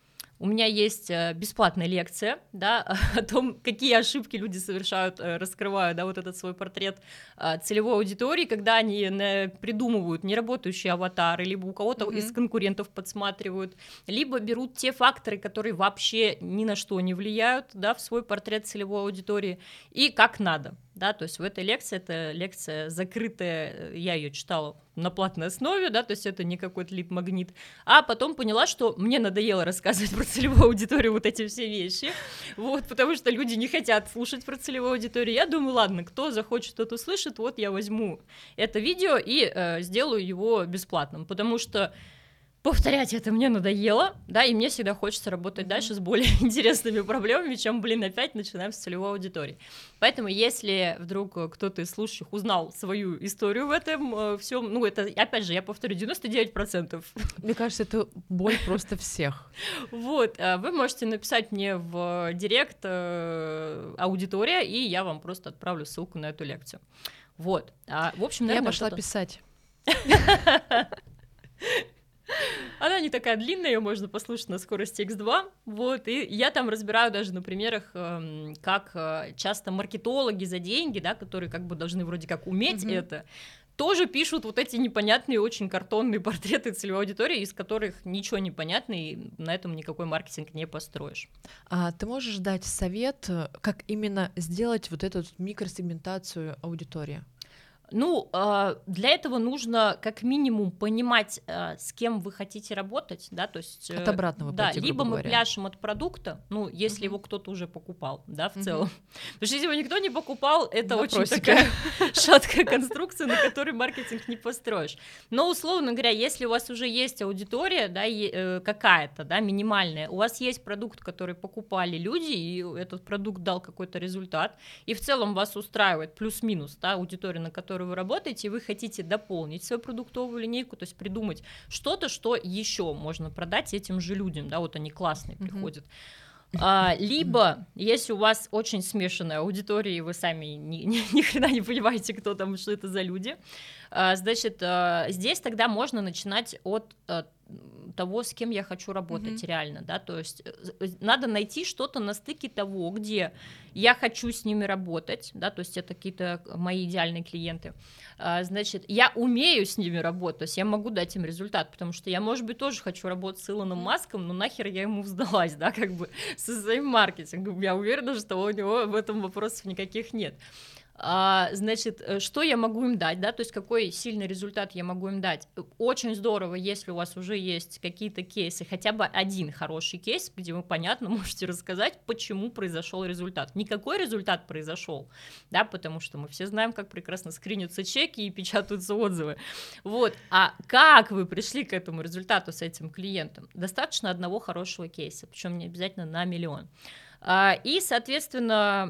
у меня есть э, бесплатная лекция, да, о том, какие ошибки люди совершают, э, раскрывая, да, вот этот свой портрет э, целевой аудитории, когда они на- придумывают неработающие аватары, либо у кого-то Мгм. из конкурентов подсматривают, либо берут те факторы, которые вообще ни на что не влияют, да, в свой портрет целевой аудитории, и как надо, да, то есть в этой лекции, это лекция закрытая, я ее читала на платной основе, да, то есть это не какой-то лид-магнит, а потом поняла, что мне надоело рассказывать про целевую аудиторию вот эти все вещи, вот, потому что люди не хотят слушать про целевую аудиторию. Я думаю, ладно, кто захочет, тот услышит, вот я возьму это видео и э, сделаю его бесплатным, потому что повторять это мне надоело, да, и мне всегда хочется работать Мгм. дальше с более интересными проблемами, чем, блин, опять начинаем с целевой аудитории. Поэтому, если вдруг э, кто-то из слушающих узнал свою историю в этом всем, ну, это, опять же, я повторю, девяносто девять процентов. Мне кажется, это боль просто всех. Вот, э, вы можете написать мне в директ э, аудитория, и я вам просто отправлю ссылку на эту лекцию. Вот, а, в общем, Я наверное, пошла вот это- писать. Она не такая длинная, ее можно послушать на скорости икс два, вот, и я там разбираю даже на примерах, эм, как э, часто маркетологи за деньги, да, которые как бы должны вроде как уметь Мгм. это, тоже пишут вот эти непонятные, очень картонные портреты целевой аудитории, из которых ничего не понятно, и на этом никакой маркетинг не построишь. А ты можешь дать совет, э, как именно сделать вот эту микросегментацию аудитории? Ну, э, для этого нужно как минимум понимать, э, с кем вы хотите работать, да, то есть... э, От обратного да, пойти, либо грубо мы говоря. пляшем от продукта, ну, если Мгм. его кто-то уже покупал, да, в Мгм. целом. Потому что если его никто не покупал, это очень Вопросики. такая шаткая конструкция, на которой маркетинг не построишь. Но, условно говоря, если у вас уже есть аудитория, да, е- э, какая-то, да, минимальная, у вас есть продукт, который покупали люди, и этот продукт дал какой-то результат, и в целом вас устраивает плюс-минус, да, аудитория, на которой вы работаете, и вы хотите дополнить свою продуктовую линейку, то есть придумать что-то, что еще можно продать этим же людям, да, вот они классные Мгм. приходят. А, либо, если у вас очень смешанная аудитория, и вы сами ни, ни, ни хрена не понимаете, кто там, что это за люди, а, значит, а, здесь тогда можно начинать от а, того, с кем я хочу работать Мгм. реально, да, то есть э, надо найти что-то на стыке того, где я хочу с ними работать, да, то есть это какие-то мои идеальные клиенты, а, значит, я умею с ними работать, то есть я могу дать им результат, потому что я, может быть, тоже хочу работать с Илоном Мгм. Маском, но нахер я ему сдалась, да, как бы со своим маркетингом, я уверена, что у него в этом вопросов никаких нет. А, значит, э, что я могу им дать, да, то есть какой сильный результат я могу им дать. Очень здорово, если у вас уже есть какие-то кейсы, хотя бы один хороший кейс, где вы понятно можете рассказать, почему произошел результат. Никакой результат произошел, да, потому что мы все знаем, как прекрасно скринятся чеки и печатаются отзывы. Вот, а как вы пришли к этому результату с этим клиентом? Достаточно одного хорошего кейса, причем не обязательно на миллион. И, соответственно,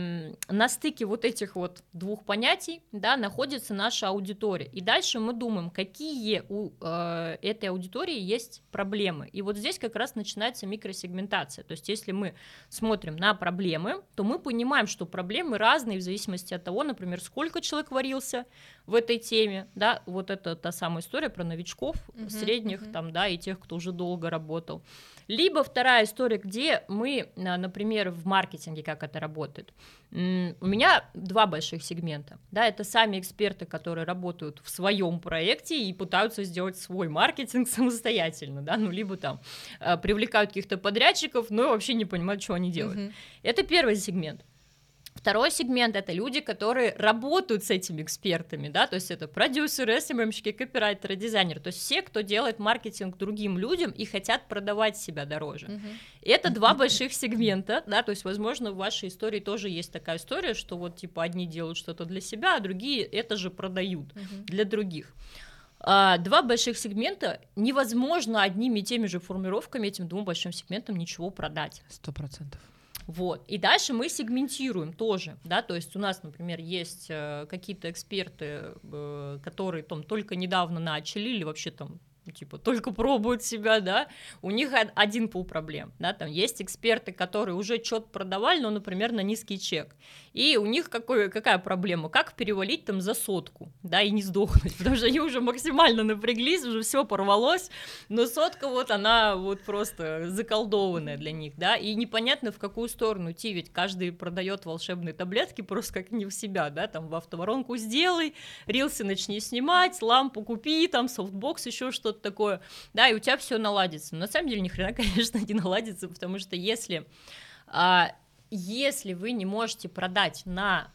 на стыке вот этих вот двух понятий, да, находится наша аудитория. И дальше мы думаем, какие у э, этой аудитории есть проблемы. И вот здесь как раз начинается микросегментация. То есть если мы смотрим на проблемы, то мы понимаем, что проблемы разные в зависимости от того, например, сколько человек варился в этой теме. Да, вот это та самая история про новичков, uh-huh, средних, uh-huh. там, да, и тех, кто уже долго работал. Либо вторая история, где мы, например, в маркетинге, как это работает. У меня два больших сегмента. Да, это сами эксперты, которые работают в своем проекте и пытаются сделать свой маркетинг самостоятельно, да, ну, либо там привлекают каких-то подрядчиков, но вообще не понимают, что они делают. Uh-huh. Это первый сегмент. Второй сегмент — это люди, которые работают с этими экспертами, да, то есть это продюсеры, эс эм эм-щики, копирайтеры, дизайнеры, то есть все, кто делает маркетинг другим людям и хотят продавать себя дороже. Uh-huh. Это два больших сегмента, да, то есть, возможно, в вашей истории тоже есть такая история, что вот, типа, одни делают что-то для себя, а другие это же продают uh-huh. для других. А, два больших сегмента, невозможно одними и теми же формулировками этим двум большим сегментам ничего продать. Сто процентов. Вот. И дальше мы сегментируем тоже, да, то есть у нас, например, есть э, какие-то эксперты, э, которые там только недавно начали или вообще там типа только пробуют себя, да, у них один пул проблем, да, там есть эксперты, которые уже что-то продавали, но, например, на низкий чек, и у них какой, какая проблема, как перевалить там за сотку, да, и не сдохнуть, потому что они уже максимально напряглись, уже все порвалось, но сотка вот она вот просто заколдованная для них, да, и непонятно в какую сторону идти, ведь каждый продает волшебные таблетки просто как не в себя, да, там в автоворонку сделай, рилсы начни снимать, лампу купи, там софтбокс, еще что-то такое, да, и у тебя все наладится. Но на самом деле ни хрена, конечно, не наладится, потому что если, а, если вы не можете продать на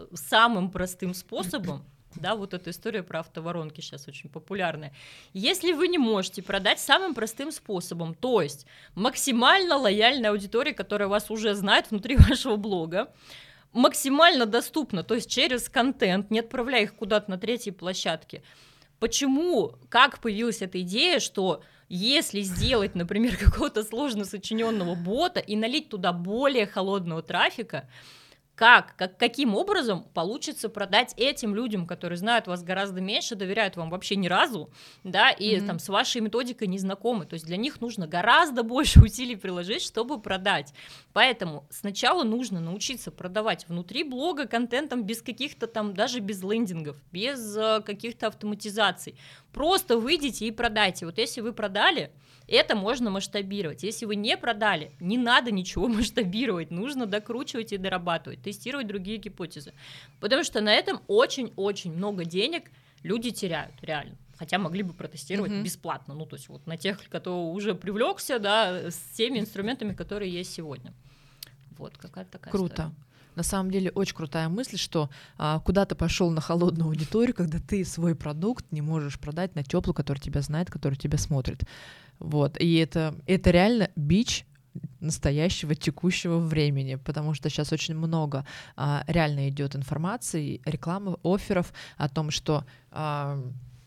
самым простым способом, да, вот эта история про автоворонки сейчас очень популярная, если вы не можете продать самым простым способом, то есть максимально лояльная аудитория, которая вас уже знает внутри вашего блога, максимально доступно, то есть через контент, не отправляя их куда-то на третьей площадке. Почему, как появилась эта идея, что если сделать, например, какого-то сложно сочиненного бота и налить туда более холодного трафика, как, как, каким образом получится продать этим людям, которые знают вас гораздо меньше, доверяют вам вообще ни разу, да, и mm-hmm. там с вашей методикой не знакомы, то есть для них нужно гораздо больше усилий приложить, чтобы продать, поэтому сначала нужно научиться продавать внутри блога контентом без каких-то там, даже без лендингов, без uh, каких-то автоматизаций, просто выйдите и продайте, вот если вы продали, это можно масштабировать. Если вы не продали, не надо ничего масштабировать, нужно докручивать и дорабатывать, тестировать другие гипотезы. Потому что на этом очень-очень много денег люди теряют, реально. Хотя могли бы протестировать mm-hmm. бесплатно. Ну, то есть вот на тех, кто уже привлекся, да, с теми инструментами, которые есть сегодня. Вот какая-то такая Круто. История. На самом деле очень крутая мысль, что а, куда ты пошел на холодную аудиторию, когда ты свой продукт не можешь продать на теплую, которая тебя знает, которая тебя смотрит. Вот. И это, это реально бич настоящего текущего времени, потому что сейчас очень много а, реально идет информации, рекламы, офферов о том, что а,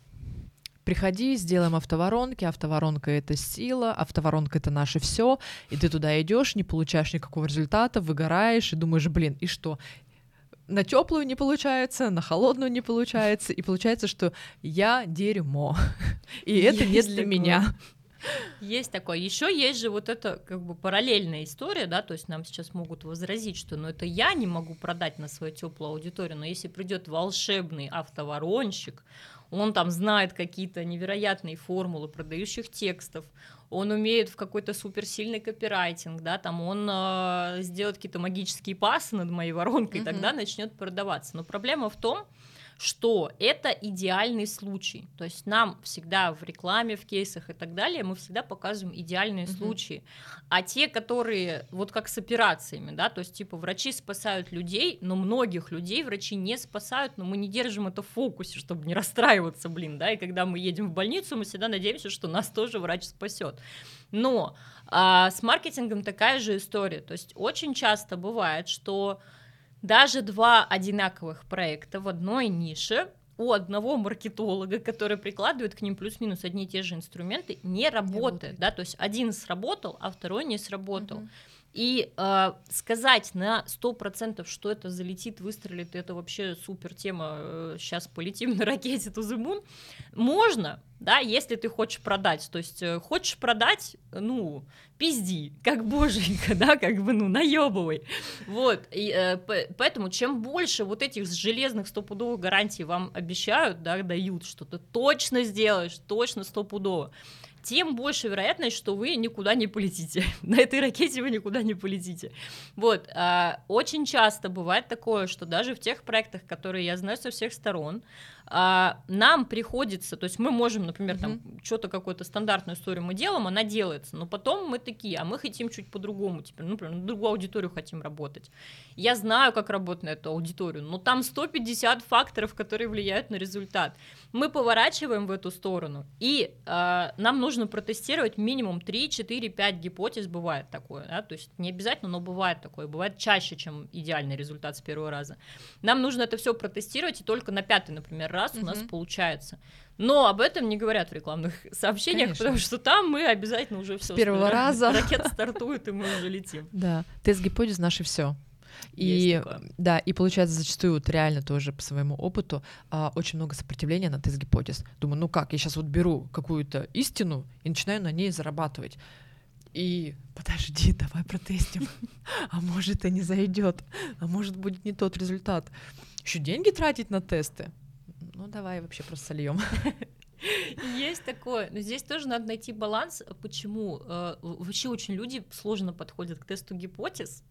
приходи, сделаем автоворонки, автоворонка — это сила, автоворонка — это наше все, и ты туда идешь, не получаешь никакого результата, выгораешь и думаешь, блин, и что? На теплую не получается, на холодную не получается, и получается, что я дерьмо, и это не для меня. Есть такое. Еще есть же вот эта как бы параллельная история, да, то есть нам сейчас могут возразить, что ну это я не могу продать на свою теплую аудиторию, но если придет волшебный автоворонщик, он там знает какие-то невероятные формулы продающих текстов, он умеет в какой-то суперсильный копирайтинг, да, там он э, сделает какие-то магические пасы над моей воронкой, mm-hmm. тогда начнет продаваться. Но проблема в том, что это идеальный случай, то есть нам всегда в рекламе, в кейсах и так далее мы всегда показываем идеальные mm-hmm. случаи, а те, которые вот как с операциями, да, то есть типа врачи спасают людей, но многих людей врачи не спасают, но мы не держим это в фокусе, чтобы не расстраиваться, блин, да, и когда мы едем в больницу, мы всегда надеемся, что нас тоже врач спасет, но а, с маркетингом такая же история, то есть очень часто бывает, что даже два одинаковых проекта в одной нише у одного маркетолога, который прикладывает к ним плюс-минус одни и те же инструменты, не работает, не работает. Да, то есть один сработал, а второй не сработал. Uh-huh. И э, сказать на сто процентов, что это залетит, выстрелит, это вообще супер тема, э, сейчас полетим на ракете to the moon, можно, да, если ты хочешь продать, то есть э, хочешь продать, ну, пизди, как боженька, да, как бы, ну, наебывай, вот, и, э, поэтому чем больше вот этих железных стопудовых гарантий вам обещают, да, дают, что ты точно сделаешь, точно стопудово, тем больше вероятность, что вы никуда не полетите. На этой ракете вы никуда не полетите. Вот. А, очень часто бывает такое, что даже в тех проектах, которые я знаю со всех сторон, а, нам приходится, то есть мы можем, например, mm-hmm. там что-то, какую-то стандартную историю мы делаем, она делается, но потом мы такие, а мы хотим чуть по-другому теперь, ну, например, на другую аудиторию хотим работать. Я знаю, как работать на эту аудиторию, но там сто пятьдесят факторов, которые влияют на результат. Мы поворачиваем в эту сторону, и а, нам нужно протестировать минимум три, четыре, пять гипотез, бывает такое, да? То есть не обязательно, но бывает такое, бывает чаще, чем идеальный результат с первого раза. Нам нужно это все протестировать, и только на пятый, например, раз у нас uh-huh. получается. Но об этом не говорят в рекламных сообщениях, конечно, потому что там мы обязательно уже все. С первого раза. Ракета стартует, и мы уже летим. Да, тест-гипотез наши все. И, да, и получается зачастую вот реально тоже по своему опыту а, очень много сопротивления на тест-гипотез. Думаю, ну как, я сейчас вот беру какую-то истину и начинаю на ней зарабатывать. И подожди, давай протестим. А может, и не зайдет, а может, будет не тот результат. Еще деньги тратить на тесты. Ну, давай вообще просто сольем. Есть такое, но здесь тоже надо найти баланс. Почему? Вообще очень люди сложно подходят к тесту гипотез.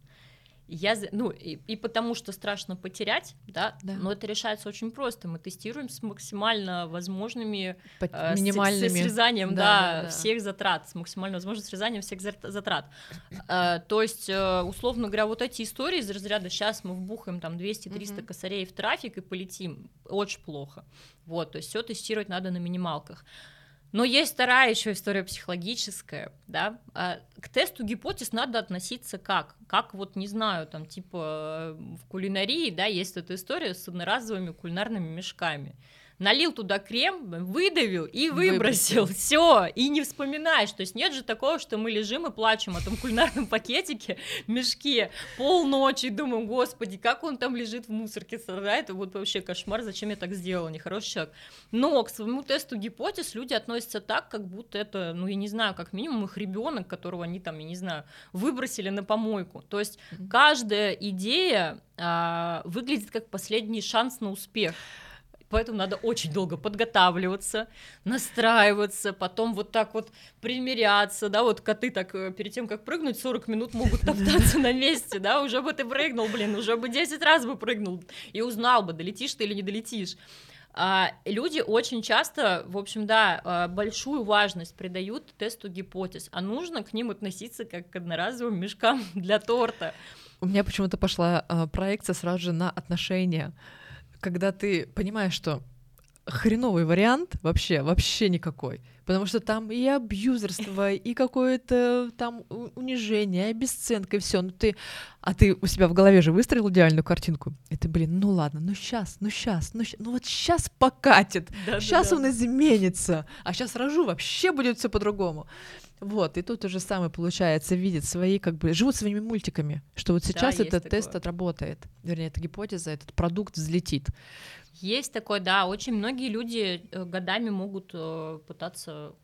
Я, ну, и, и потому что страшно потерять, да, да, но это решается очень просто. Мы тестируем с максимально возможными э, минимальными с, с срезанием, да, да, да, всех затрат, с максимально возможным срезанием всех затрат. Э, то есть, э, условно говоря, вот эти истории из разряда «сейчас мы вбухаем там двести-триста mm-hmm. косарей в трафик и полетим», очень плохо. Вот, то есть все тестировать надо на минималках. Но есть вторая еще история психологическая, да, к тесту гипотез надо относиться как? Как вот, не знаю, там, типа в кулинарии, да, есть эта история с одноразовыми кулинарными мешками. Налил туда крем, выдавил и выбросил, все, и не вспоминаешь, то есть нет же такого, что мы лежим и плачем о том кулинарном пакетике, мешке, полночи, думаем, господи, как он там лежит в мусорке, да, это вот вообще кошмар, зачем я так сделала, нехороший человек. Но к своему тесту гипотез люди относятся так, как будто это, ну, я не знаю, как минимум их ребенок, которого они там, я не знаю, выбросили на помойку, то есть mm-hmm. каждая идея а, выглядит как последний шанс на успех. Поэтому надо очень долго подготавливаться, настраиваться, потом вот так вот примиряться, да, вот коты так перед тем, как прыгнуть, сорок минут могут топтаться на месте, да, уже бы ты прыгнул, блин, уже бы десять раз бы прыгнул и узнал бы, долетишь ты или не долетишь. А, люди очень часто, в общем, да, большую важность придают тесту гипотез, а нужно к ним относиться как к одноразовым мешкам для торта. У меня почему-то пошла а, проекция сразу же на отношения. Когда ты понимаешь, что хреновый вариант вообще, вообще никакой, потому что там и абьюзерство, и какое-то там унижение, и обесценка, и все. Ну ты, а ты у себя в голове же выстроил идеальную картинку, и ты, блин, ну ладно, ну сейчас, ну сейчас, ну, щас, ну вот сейчас покатит, да, сейчас да, он да. изменится, а сейчас рожу, вообще будет все по-другому. Вот, и тут то же самое получается, видят свои, как бы, живут своими мультиками, что вот сейчас да, этот тест отработает, вернее, эта гипотеза, этот продукт взлетит. Есть такое, да, очень многие люди годами могут пытаться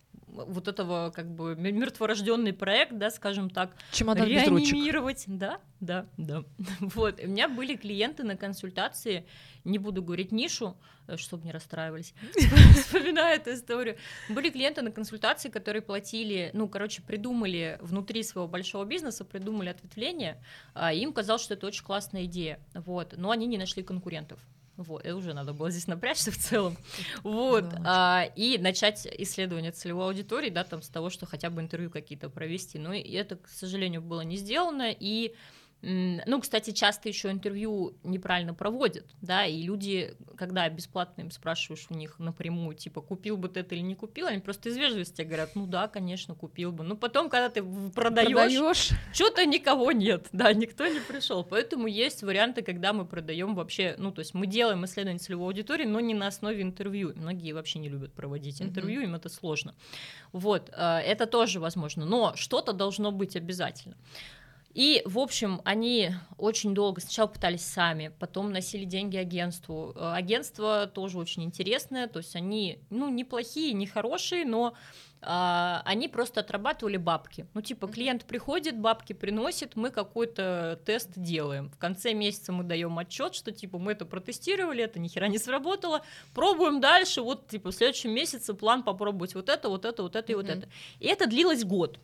вот этого как бы мертворожденный проект, да, скажем так, чемодан без ручек. Реанимировать, да, да, да. Вот, у меня были клиенты на консультации, не буду говорить нишу, чтобы не расстраивались, вспоминая эту историю. Были клиенты на консультации, которые платили, ну, короче, придумали внутри своего большого бизнеса, придумали ответвление, им казалось, что это очень классная идея, вот, но они не нашли конкурентов. Вот, и уже надо было здесь напрячься в целом, вот, а, и начать исследование целевой аудитории, да, там, с того, что хотя бы интервью какие-то провести, но и это, к сожалению, было не сделано, и, ну, кстати, часто еще интервью неправильно проводят, да, и люди, когда бесплатно им спрашиваешь у них напрямую, типа, купил бы ты это или не купил, они просто из вежливости говорят, ну да, конечно, купил бы, но потом, когда ты продаешь, что-то никого нет, да, никто не пришел, поэтому есть варианты, когда мы продаем вообще, ну, то есть мы делаем исследование целевой аудитории, но не на основе интервью, многие вообще не любят проводить интервью, mm-hmm. им это сложно, вот, это тоже возможно, но что-то должно быть обязательно. И, в общем, они очень долго сначала пытались сами, потом носили деньги агентству. Агентство тоже очень интересное, то есть они, ну, неплохие, не хорошие, но а, они просто отрабатывали бабки. Ну, типа, клиент приходит, бабки приносит, мы какой-то тест делаем. В конце месяца мы даем отчет, что, типа, мы это протестировали, это ни хера не сработало, пробуем дальше, вот, типа, в следующем месяце план попробовать вот это, вот это, вот это и вот это. И это длилось год.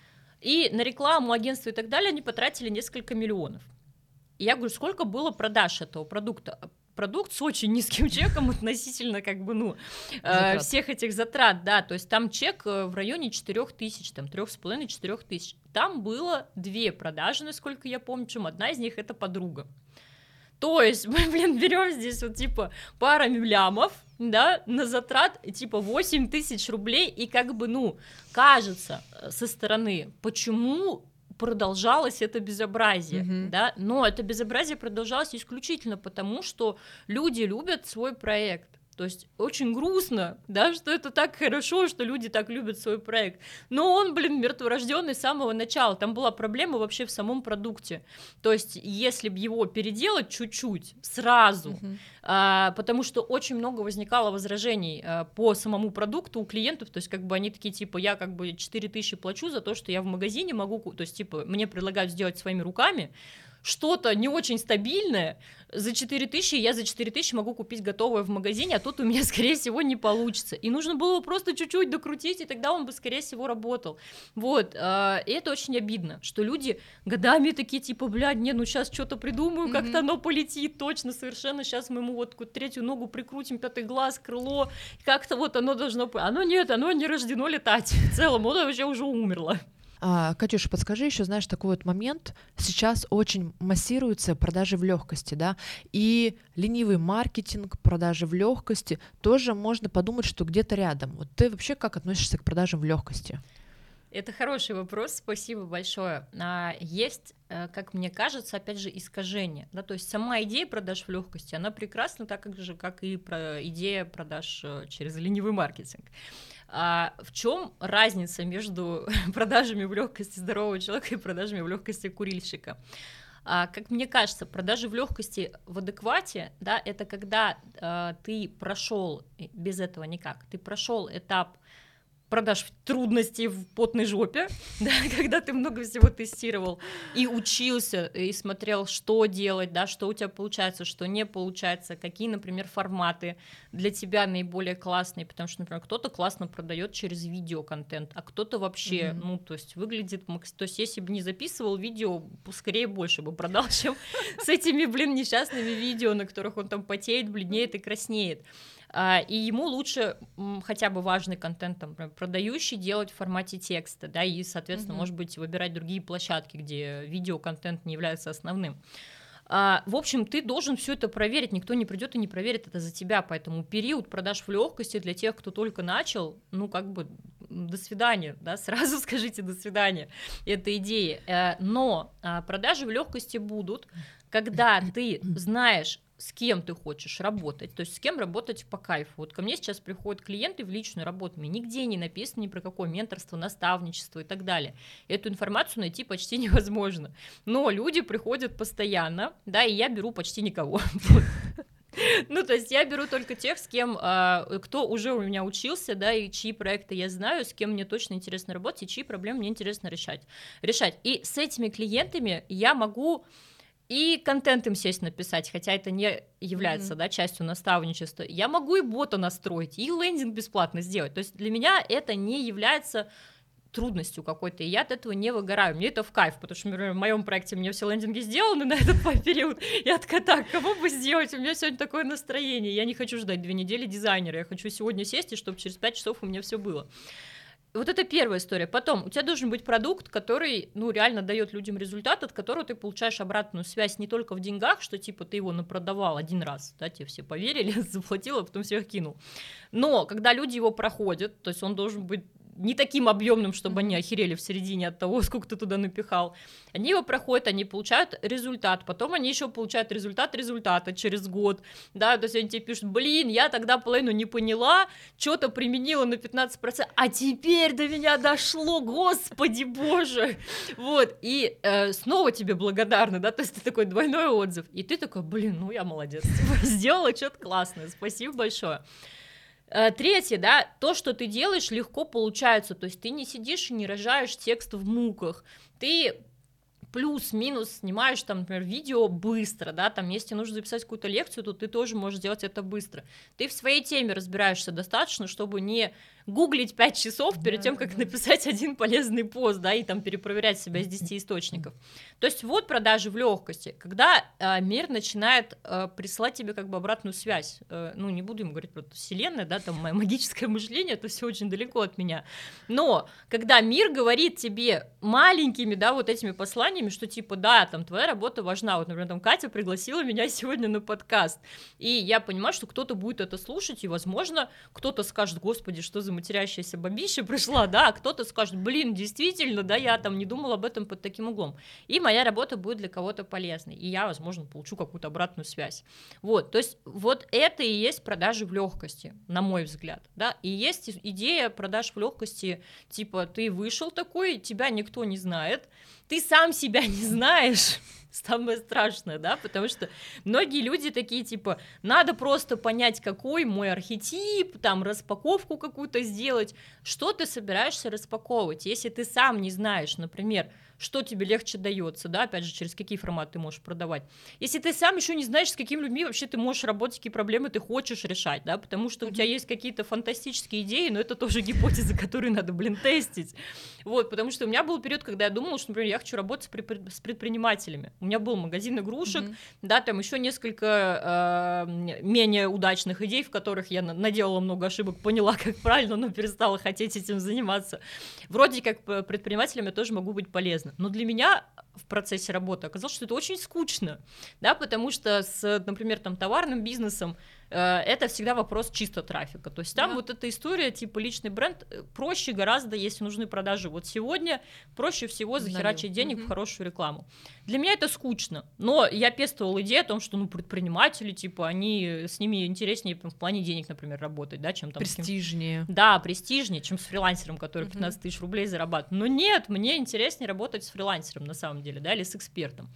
И на рекламу, агентство и так далее они потратили несколько миллионов. И я говорю, сколько было продаж этого продукта? Продукт с очень низким чеком относительно как бы, ну, э, всех этих затрат, да, то есть там чек в районе четырех тысяч, там, трех с половиной четырех тысяч. Там было две продажи, насколько я помню, причем одна из них это подруга. То есть мы, блин, берем здесь вот типа пара миллямов, да, на затрат типа восемь тысяч рублей, и как бы, ну, кажется со стороны, почему продолжалось это безобразие, mm-hmm. да, но это безобразие продолжалось исключительно потому, что люди любят свой проект. То есть очень грустно, да, что это так хорошо, что люди так любят свой проект. Но он, блин, мертворожденный с самого начала. Там была проблема вообще в самом продукте. То есть если бы его переделать чуть-чуть, сразу, uh-huh. а, потому что очень много возникало возражений а, по самому продукту у клиентов. То есть как бы они такие, типа, я как бы четыре тысячи плачу за то, что я в магазине могу... То есть типа мне предлагают сделать своими руками что-то не очень стабильное, за четыре тысячи я за четыре тысячи могу купить готовое в магазине, а тут у меня, скорее всего, не получится. И нужно было его просто чуть-чуть докрутить, и тогда он бы, скорее всего, работал. Вот, и это очень обидно, что люди годами такие, типа, блядь, не, ну сейчас что-то придумаю, mm-hmm. как-то оно полетит, точно, совершенно, сейчас мы ему вот третью ногу прикрутим, пятый глаз, крыло, как-то вот оно должно... Оно нет, оно не рождено летать в целом, оно вообще уже умерло. А, Катюша, подскажи еще, знаешь, такой вот момент. Сейчас очень массируются продажи в легкости, да, и ленивый маркетинг, продажи в легкости, тоже можно подумать, что где-то рядом. Вот ты вообще как относишься к продажам в легкости? Это хороший вопрос, спасибо большое. Есть, как мне кажется, опять же, искажение, да, то есть сама идея продаж в легкости, она прекрасна, так же, как и идея продаж через ленивый маркетинг. А в чем разница между продажами в легкости здорового человека и продажами в легкости курильщика? А, как мне кажется, продажи в легкости в адеквате, да, это когда а, ты прошел без этого никак, ты прошел этап продаж трудностей в потной жопе, да, когда ты много всего тестировал и учился, и смотрел, что делать, да, что у тебя получается, что не получается, какие, например, форматы для тебя наиболее классные, потому что, например, кто-то классно продает через видеоконтент, а кто-то вообще, mm-hmm. ну, то есть выглядит, то есть если бы не записывал видео, скорее больше бы продал, чем с этими, блин, несчастными видео, на которых он там потеет, бледнеет и краснеет. И ему лучше хотя бы важный контент, там, продающий, делать в формате текста, да, и, соответственно, mm-hmm. может быть, выбирать другие площадки, где видеоконтент не является основным. А, в общем, ты должен все это проверить, никто не придет и не проверит это за тебя, поэтому период продаж в легкости для тех, кто только начал, ну, как бы, до свидания, да, сразу скажите до свидания, это идея. Но продажи в легкости будут, когда ты знаешь, с кем ты хочешь работать, то есть с кем работать по кайфу. Вот ко мне сейчас приходят клиенты в личную работу, мне нигде не написано ни про какое менторство, наставничество и так далее. Эту информацию найти почти невозможно. Но люди приходят постоянно, да, и я беру почти никого. Ну, то есть я беру только тех, с кем, а, кто уже у меня учился, да, и чьи проекты я знаю, с кем мне точно интересно работать, и чьи проблемы мне интересно решать. решать. И с этими клиентами я могу и контент им сесть написать, хотя это не является, mm-hmm. да, частью наставничества. Я могу и бота настроить, и лендинг бесплатно сделать. То есть для меня это не является трудностью какой-то, и я от этого не выгораю, мне это в кайф, потому что, например, в моем проекте мне все лендинги сделаны на этот период, я такая, так, кого бы сделать, у меня сегодня такое настроение, я не хочу ждать две недели дизайнера, я хочу сегодня сесть, и чтобы через пять часов у меня все было. Вот это первая история. Потом, у тебя должен быть продукт, который, ну, реально дает людям результат, от которого ты получаешь обратную связь не только в деньгах, что, типа, ты его напродавал один раз, да, тебе все поверили, заплатил, а потом всех кинул. Но, когда люди его проходят, то есть он должен быть не таким объемным, чтобы они охерели в середине от того, сколько ты туда напихал. Они его проходят, они получают результат, потом они еще получают результат результата через год, да, то есть они тебе пишут, блин, я тогда половину не поняла, что-то применила на пятнадцать процентов, а теперь до меня дошло, господи боже, вот, и э, снова тебе благодарны, да, то есть ты такой двойной отзыв, и ты такой, блин, ну я молодец, сделала что-то классное, спасибо большое. Третье, да, то, что ты делаешь, легко получается, то есть ты не сидишь и не рожаешь текст в муках, ты плюс-минус снимаешь там, например, видео быстро, да, там, если нужно записать какую-то лекцию, то ты тоже можешь делать это быстро. Ты в своей теме разбираешься достаточно, чтобы не гуглить пять часов перед да, тем, как да. написать один полезный пост, да, и там перепроверять себя из десяти источников. То есть вот продажи в легкости, когда э, мир начинает э, присылать тебе как бы обратную связь, э, ну, не буду им говорить про вселенную, да, там, мое магическое мышление, это все очень далеко от меня, но когда мир говорит тебе маленькими, да, вот этими посланиями, что типа, да, там, твоя работа важна, вот, например, там, Катя пригласила меня сегодня на подкаст, и я понимаю, что кто-то будет это слушать, и, возможно, кто-то скажет, господи, что за матерящаяся бабища пришла, да, а кто-то скажет, блин, действительно, да, я там не думал об этом под таким углом, и моя работа будет для кого-то полезной, и я, возможно, получу какую-то обратную связь, вот, то есть вот это и есть продажи в легкости, на мой взгляд, да, и есть идея продаж в легкости, типа, ты вышел такой, тебя никто не знает, ты сам себя не знаешь, самое страшное, да, потому что многие люди такие, типа, надо просто понять, какой мой архетип, там, распаковку какую-то сделать, что ты собираешься распаковывать, если ты сам не знаешь, например, что тебе легче дается, да, опять же, через какие форматы ты можешь продавать. Если ты сам еще не знаешь, с какими людьми вообще ты можешь работать, какие проблемы ты хочешь решать, да, потому что у тебя есть какие-то фантастические идеи, но это тоже гипотезы, которые надо, блин, тестить. Вот, потому что у меня был период, когда я думала, что, например, я хочу работать с, предпри- с предпринимателями. У меня был магазин игрушек, mm-hmm. да, там еще несколько э, менее удачных идей, в которых я наделала много ошибок, поняла, как правильно, но перестала хотеть этим заниматься. Вроде как предпринимателям я тоже могу быть полезна. Но для меня в процессе работы оказалось, что это очень скучно, да, потому что с, например, там, товарным бизнесом э, это всегда вопрос чисто трафика, то есть там да. вот эта история, типа личный бренд, проще гораздо, если нужны продажи вот сегодня, проще всего захерачить денег угу. в хорошую рекламу. Для меня это скучно, но я пестовала идею о том, что, ну, предприниматели, типа, они, с ними интереснее в плане денег, например, работать, да, чем там... Престижнее. Кем... Да, престижнее, чем с фрилансером, который пятнадцать тысяч рублей зарабатывает. Но нет, мне интереснее работать с фрилансером, на самом деле, да, или с экспертом.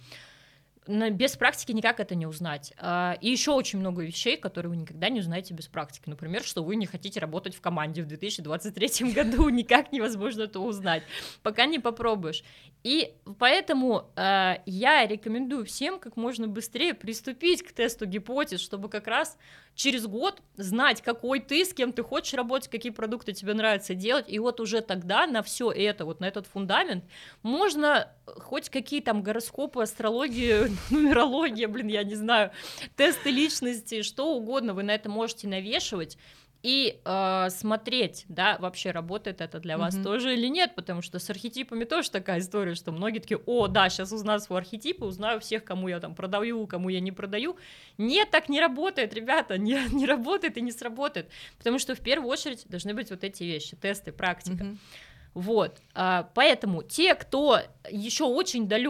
Без практики никак это не узнать. И еще очень много вещей, которые вы никогда не узнаете без практики. Например, что вы не хотите работать в команде в две тысячи двадцать третьем году, никак невозможно это узнать, пока не попробуешь. И поэтому э, я рекомендую всем как можно быстрее приступить к тесту гипотез, чтобы как раз через год знать, какой ты, с кем ты хочешь работать, какие продукты тебе нравится делать, и вот уже тогда на все это, вот на этот фундамент, можно хоть какие там гороскопы, астрологию, нумерология, блин, я не знаю, тесты личности, что угодно вы на это можете навешивать, и э, смотреть, да, вообще работает это для вас mm-hmm. тоже или нет, потому что с архетипами тоже такая история, что многие такие, о, да, сейчас узнаю свой архетип и узнаю всех, кому я там продаю, кому я не продаю. Нет, так не работает, ребята, не, не работает и не сработает, потому что в первую очередь должны быть вот эти вещи, тесты, практика. Mm-hmm. Вот, а, поэтому те, кто еще очень далек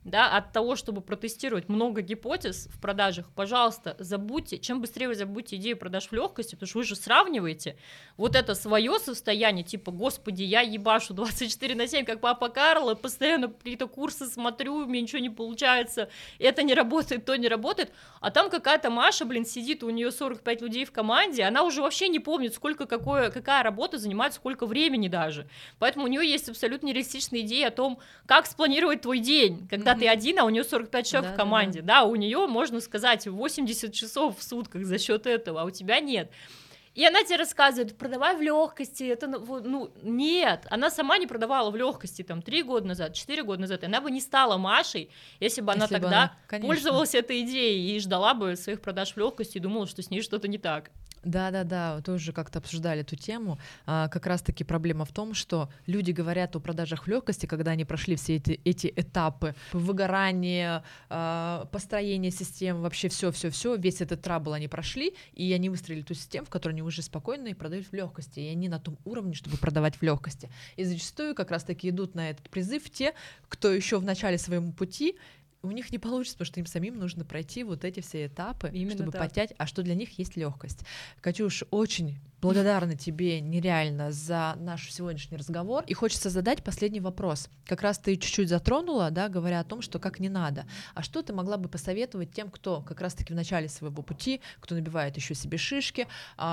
да, от того, чтобы протестировать много гипотез в продажах, пожалуйста, забудьте, чем быстрее вы забудете идею продаж в легкости, потому что вы же сравниваете вот это свое состояние, типа, господи, я ебашу двадцать четыре на семь, как папа Карло, постоянно какие-то курсы смотрю, у меня ничего не получается, это не работает, то не работает, а там какая-то Маша, блин, сидит, у нее сорок пять людей в команде, она уже вообще не помнит, сколько, какое, какая работа занимает сколько времени даже, поэтому у нее есть абсолютно нереалистичные идеи о том, как спланировать твой день, когда ты один, а у нее сорок пять человек да, в команде, да, да. да, у нее, можно сказать, восемьдесят часов в сутках за счет этого, а у тебя нет. И она тебе рассказывает, продавай в легкости, это, ну, нет, она сама не продавала в легкости там три года назад, четыре года назад, и она бы не стала Машей, если бы она если тогда бы она, пользовалась этой идеей и ждала бы своих продаж в легкости и думала, что с ней что-то не так. Да-да-да, тоже как-то обсуждали эту тему. А, как раз-таки проблема в том, что люди говорят о продажах в легкости, когда они прошли все эти, эти этапы выгорания, а, построения систем, вообще все-все-все, весь этот трабл они прошли, и они выстроили ту систему, в которой они уже спокойно и продают в легкости, и они на том уровне, чтобы продавать в легкости. И зачастую как раз-таки идут на этот призыв те, кто еще в начале своего пути, у них не получится, потому что им самим нужно пройти вот эти все этапы, именно чтобы так. Поднять, а что для них есть легкость. Катюш, очень благодарна тебе нереально за наш сегодняшний разговор, и хочется задать последний вопрос. Как раз ты чуть-чуть затронула, да, говоря о том, что как не надо. А что ты могла бы посоветовать тем, кто как раз-таки в начале своего пути, кто набивает еще себе шишки,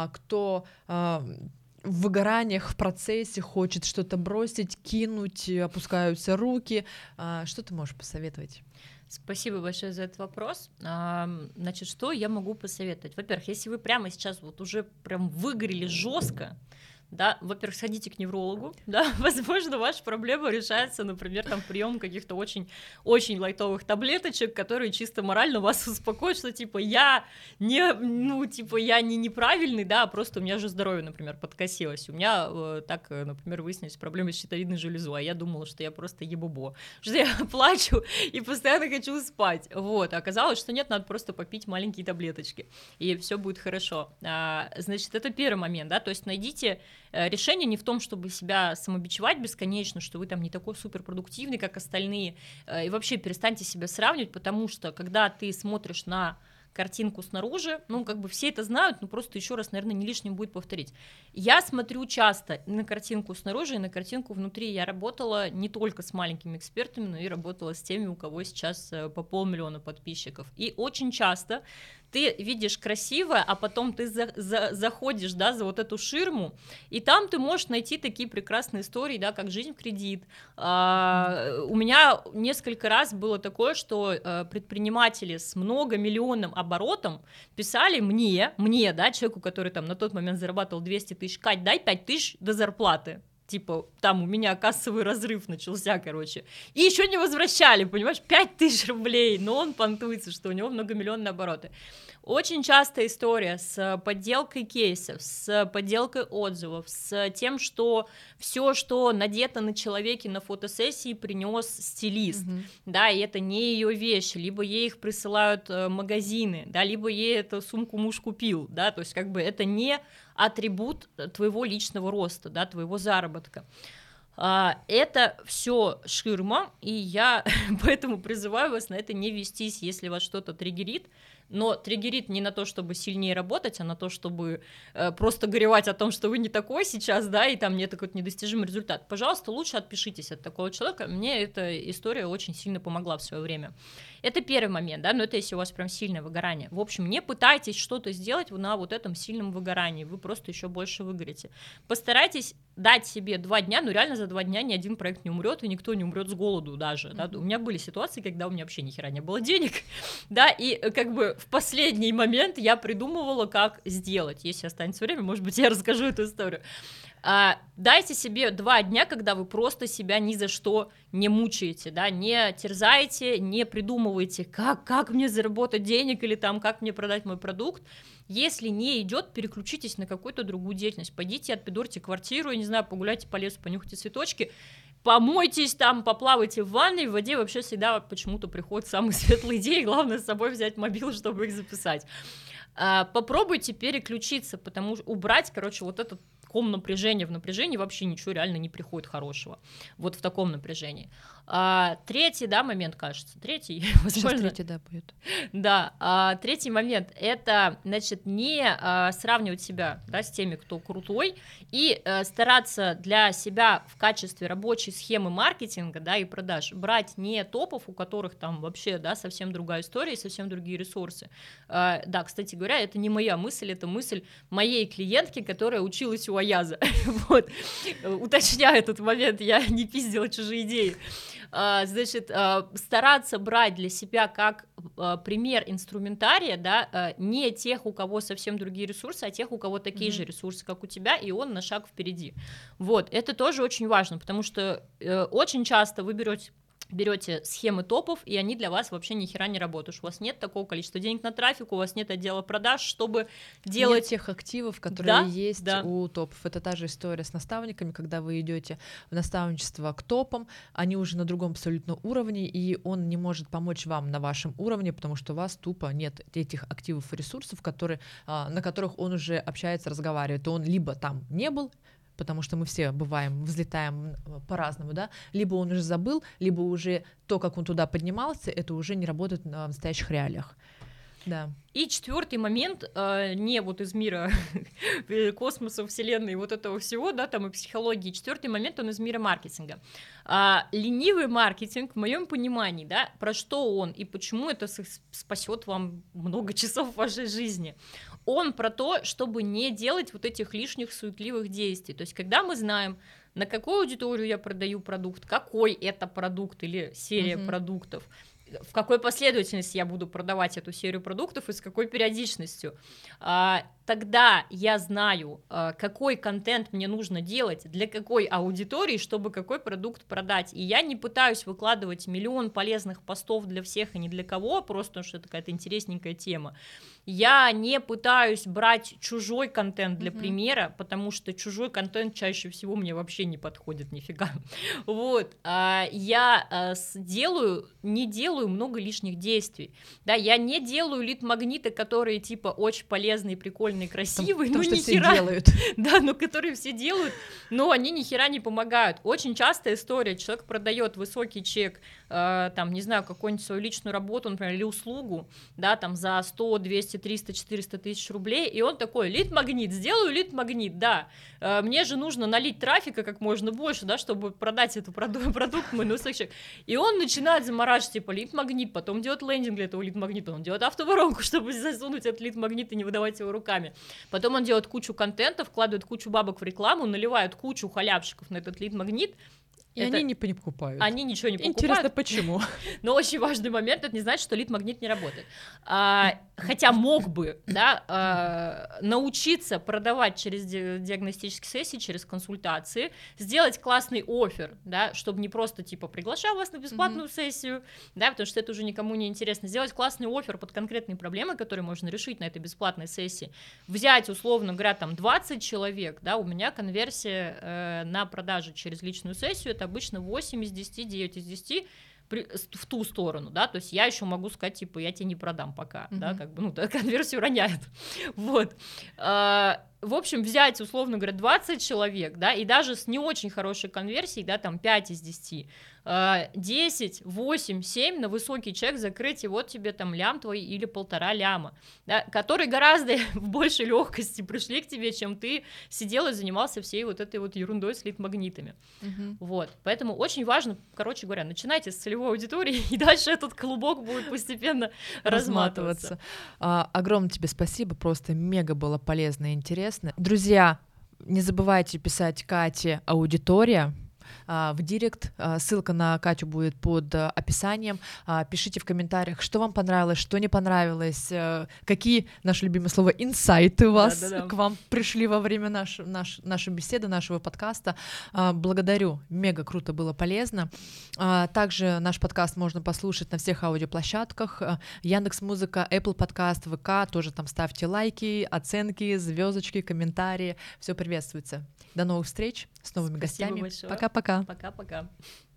кто в выгораниях в процессе хочет что-то бросить, кинуть, опускаются руки. Что ты можешь посоветовать? Спасибо большое за этот вопрос. Значит, что я могу посоветовать? Во-первых, если вы прямо сейчас вот уже прям выгорели жестко, да, во-первых, сходите к неврологу, да, возможно, ваша проблема решается, например, там, прием каких-то очень, очень лайтовых таблеточек, которые чисто морально вас успокоят, что, типа, я не, ну, типа, я не неправильный, да, а просто у меня же здоровье, например, подкосилось, у меня э, так, например, выяснились проблемы с щитовидной железой, а я думала, что я просто ебобо, что я плачу и постоянно хочу спать, вот, а оказалось, что нет, надо просто попить маленькие таблеточки, и все будет хорошо. А, значит, это первый момент, да, то есть найдите решение не в том, чтобы себя самобичевать бесконечно, что вы там не такой суперпродуктивный, как остальные, и вообще перестаньте себя сравнивать, потому что когда ты смотришь на картинку снаружи, ну, как бы все это знают, но просто еще раз, наверное, не лишним будет повторить. Я смотрю часто на картинку снаружи и на картинку внутри. Я работала не только с маленькими экспертами, но и работала с теми, у кого сейчас по полмиллиона подписчиков. И очень часто ты видишь красивое, а потом ты за, за, заходишь, да, за вот эту ширму, и там ты можешь найти такие прекрасные истории, да, как «Жизнь в кредит». А, у меня несколько раз было такое, что а, предприниматели с многомиллионным оборотом писали мне, мне, да, человеку, который там на тот момент зарабатывал двести тысяч, Кать, дай пять тысяч до зарплаты. Типа, там у меня кассовый разрыв начался, короче. И еще не возвращали, понимаешь, пять тысяч рублей, но он понтуется, что у него многомиллионные обороты. Очень частая история с подделкой кейсов, с подделкой отзывов, с тем, что все, что надето на человеке на фотосессии, принес стилист, mm-hmm. да, и это не ее вещи, либо ей их присылают магазины, да, либо ей эту сумку муж купил, да, то есть как бы это не атрибут твоего личного роста, да, твоего заработка. Это все ширма, и я поэтому призываю вас на это не вестись, если вас что-то триггерит, но триггерит не на то, чтобы сильнее работать, а на то, чтобы э, просто горевать о том, что вы не такой сейчас, да, и там нет такой недостижимый результат. Пожалуйста, лучше отпишитесь от такого человека. Мне эта история очень сильно помогла в свое время. Это первый момент, да, но это если у вас прям сильное выгорание. В общем, не пытайтесь что-то сделать на вот этом сильном выгорании, вы просто еще больше выгорите. Постарайтесь дать себе два дня, ну реально за два дня ни один проект не умрет, и никто не умрет с голоду даже, да. У меня были ситуации, когда у меня вообще ни хера не было денег, да, и как бы в последний момент я придумывала, как сделать. Если останется время, может быть, я расскажу эту историю. А, дайте себе два дня, когда вы просто себя ни за что не мучаете, да, не терзаете, не придумываете, как, как мне заработать денег или там, как мне продать мой продукт. Если не идет, переключитесь на какую-то другую деятельность. Пойдите, отпидорьте квартиру, я не знаю, погуляйте по лесу, понюхайте цветочки, помойтесь там, поплавайте в ванной, в воде вообще всегда почему-то приходят самые светлые идеи, главное с собой взять мобил, чтобы их записать. А, попробуйте переключиться, потому что убрать, короче, вот этот ком напряжения, в напряжении вообще ничего реально не приходит хорошего, вот в таком напряжении. А, третий, да, момент, кажется, третий, возможно. Сейчас третий, да, будет. Да, а, третий момент, это, значит, не а, сравнивать себя, да, с теми, кто крутой, и а, стараться для себя в качестве рабочей схемы маркетинга, да, и продаж брать не топов, у которых там вообще, да, совсем другая история, совсем другие ресурсы. А, да, кстати говоря, это не моя мысль, это мысль моей клиентки, которая училась у Аяза. Вот, уточняю этот момент, я не пиздила чужие идеи. Значит, стараться брать для себя как пример инструментария, да, не тех, у кого совсем другие ресурсы, а тех, у кого такие mm-hmm. же ресурсы, как у тебя, и он на шаг впереди. Вот, это тоже очень важно, потому что очень часто вы берете берете схемы топов, и они для вас вообще ни хера не работают. У вас нет такого количества денег на трафик, у вас нет отдела продаж, чтобы делать... Нет тех активов, которые да, есть да. у топов. Это та же история с наставниками, когда вы идете в наставничество к топам, они уже на другом абсолютно уровне, и он не может помочь вам на вашем уровне, потому что у вас тупо нет этих активов и ресурсов, которые, на которых он уже общается, разговаривает. Он либо там не был, потому что мы все бываем, взлетаем по-разному, да, либо он уже забыл, либо уже то, как он туда поднимался, это уже не работает на настоящих реалиях. Да. И четвертый момент, э, не вот из мира космоса, вселенной, вот этого всего, да, там и психологии, четвертый момент, он из мира маркетинга. А, ленивый маркетинг, в моем понимании, да, про что он и почему это спасет вам много часов в вашей жизни. Он про то, чтобы не делать вот этих лишних суетливых действий. То есть, когда мы знаем, на какую аудиторию я продаю продукт, какой это продукт или серия uh-huh. продуктов, в какой последовательности я буду продавать эту серию продуктов и с какой периодичностью, тогда я знаю, какой контент мне нужно делать, для какой аудитории, чтобы какой продукт продать. И я не пытаюсь выкладывать миллион полезных постов для всех и ни для кого, просто потому что это какая-то интересненькая тема. Я не пытаюсь брать чужой контент для mm-hmm. примера, потому что чужой контент чаще всего мне вообще не подходит нифига. Вот. Я делаю, не делаю много лишних действий. Да, я не делаю лид-магниты, которые типа очень полезные, прикольные, красивые, но ну ни хера. Делают. Да, но которые все делают, но они ни хера не помогают. Очень частая история, человек продает высокий чек, э, там, не знаю, какую-нибудь свою личную работу, например, или услугу, да, там, за сто, двести, триста, четыреста тысяч рублей, и он такой: лид-магнит, сделаю лид-магнит, да, э, мне же нужно налить трафика как можно больше, да, чтобы продать этот продукт, продукт мой на высокий чек. И он начинает заморачивать, типа, лид-магнит, потом делает лендинг для этого лид-магнита, он делает автоворонку, чтобы засунуть этот лид-магнит и не выдавать его руками. Потом он делает кучу контента, вкладывает кучу бабок в рекламу, наливают кучу халявщиков на этот лид-магнит. И это... они не покупают. Они ничего не покупают. Интересно, почему? Но очень важный момент, это не значит, что лид-магнит не работает. А, хотя мог бы, да, а, научиться продавать через диагностические сессии, через консультации, сделать классный оффер, да, чтобы не просто типа приглашал вас на бесплатную mm-hmm. сессию, да, потому что это уже никому не интересно. Сделать классный оффер под конкретные проблемы, которые можно решить на этой бесплатной сессии. Взять, условно говоря, там двадцать человек, да, у меня конверсия э, на продажи через личную сессию это обычно восемь из десяти, девять из десяти в ту сторону, да, то есть я еще могу сказать, типа, я тебе не продам пока, mm-hmm. да, как бы, ну, конверсию роняет, вот, в общем, взять, условно говоря, двадцать человек, да, и даже с не очень хорошей конверсией, да, там, пять из десяти, десять, восемь, семь на высокий чек закрыть, и вот тебе там лям твой или полтора ляма, да, которые гораздо в большей легкости пришли к тебе, чем ты сидел и занимался всей вот этой вот ерундой с лид-магнитами, mm-hmm. вот, поэтому очень важно, короче говоря, начинайте с целевой аудитории, и дальше этот клубок будет постепенно разматываться. А, огромное тебе спасибо, просто мега было полезно и интересно. Друзья, не забывайте писать Кате аудитория в директ, ссылка на Катю будет под описанием, пишите в комментариях, что вам понравилось, что не понравилось, какие, наше любимое слово, инсайты у вас Да-да-да. к вам пришли во время наш, наш, нашей беседы, нашего подкаста. Благодарю, мега круто, было полезно. Также наш подкаст можно послушать на всех аудиоплощадках, Яндекс.Музыка, Apple Podcast, ВК, тоже там ставьте лайки, оценки, звездочки, комментарии, все приветствуется. До новых встреч с новыми Спасибо гостями. большое. Пока-пока. Пока-пока.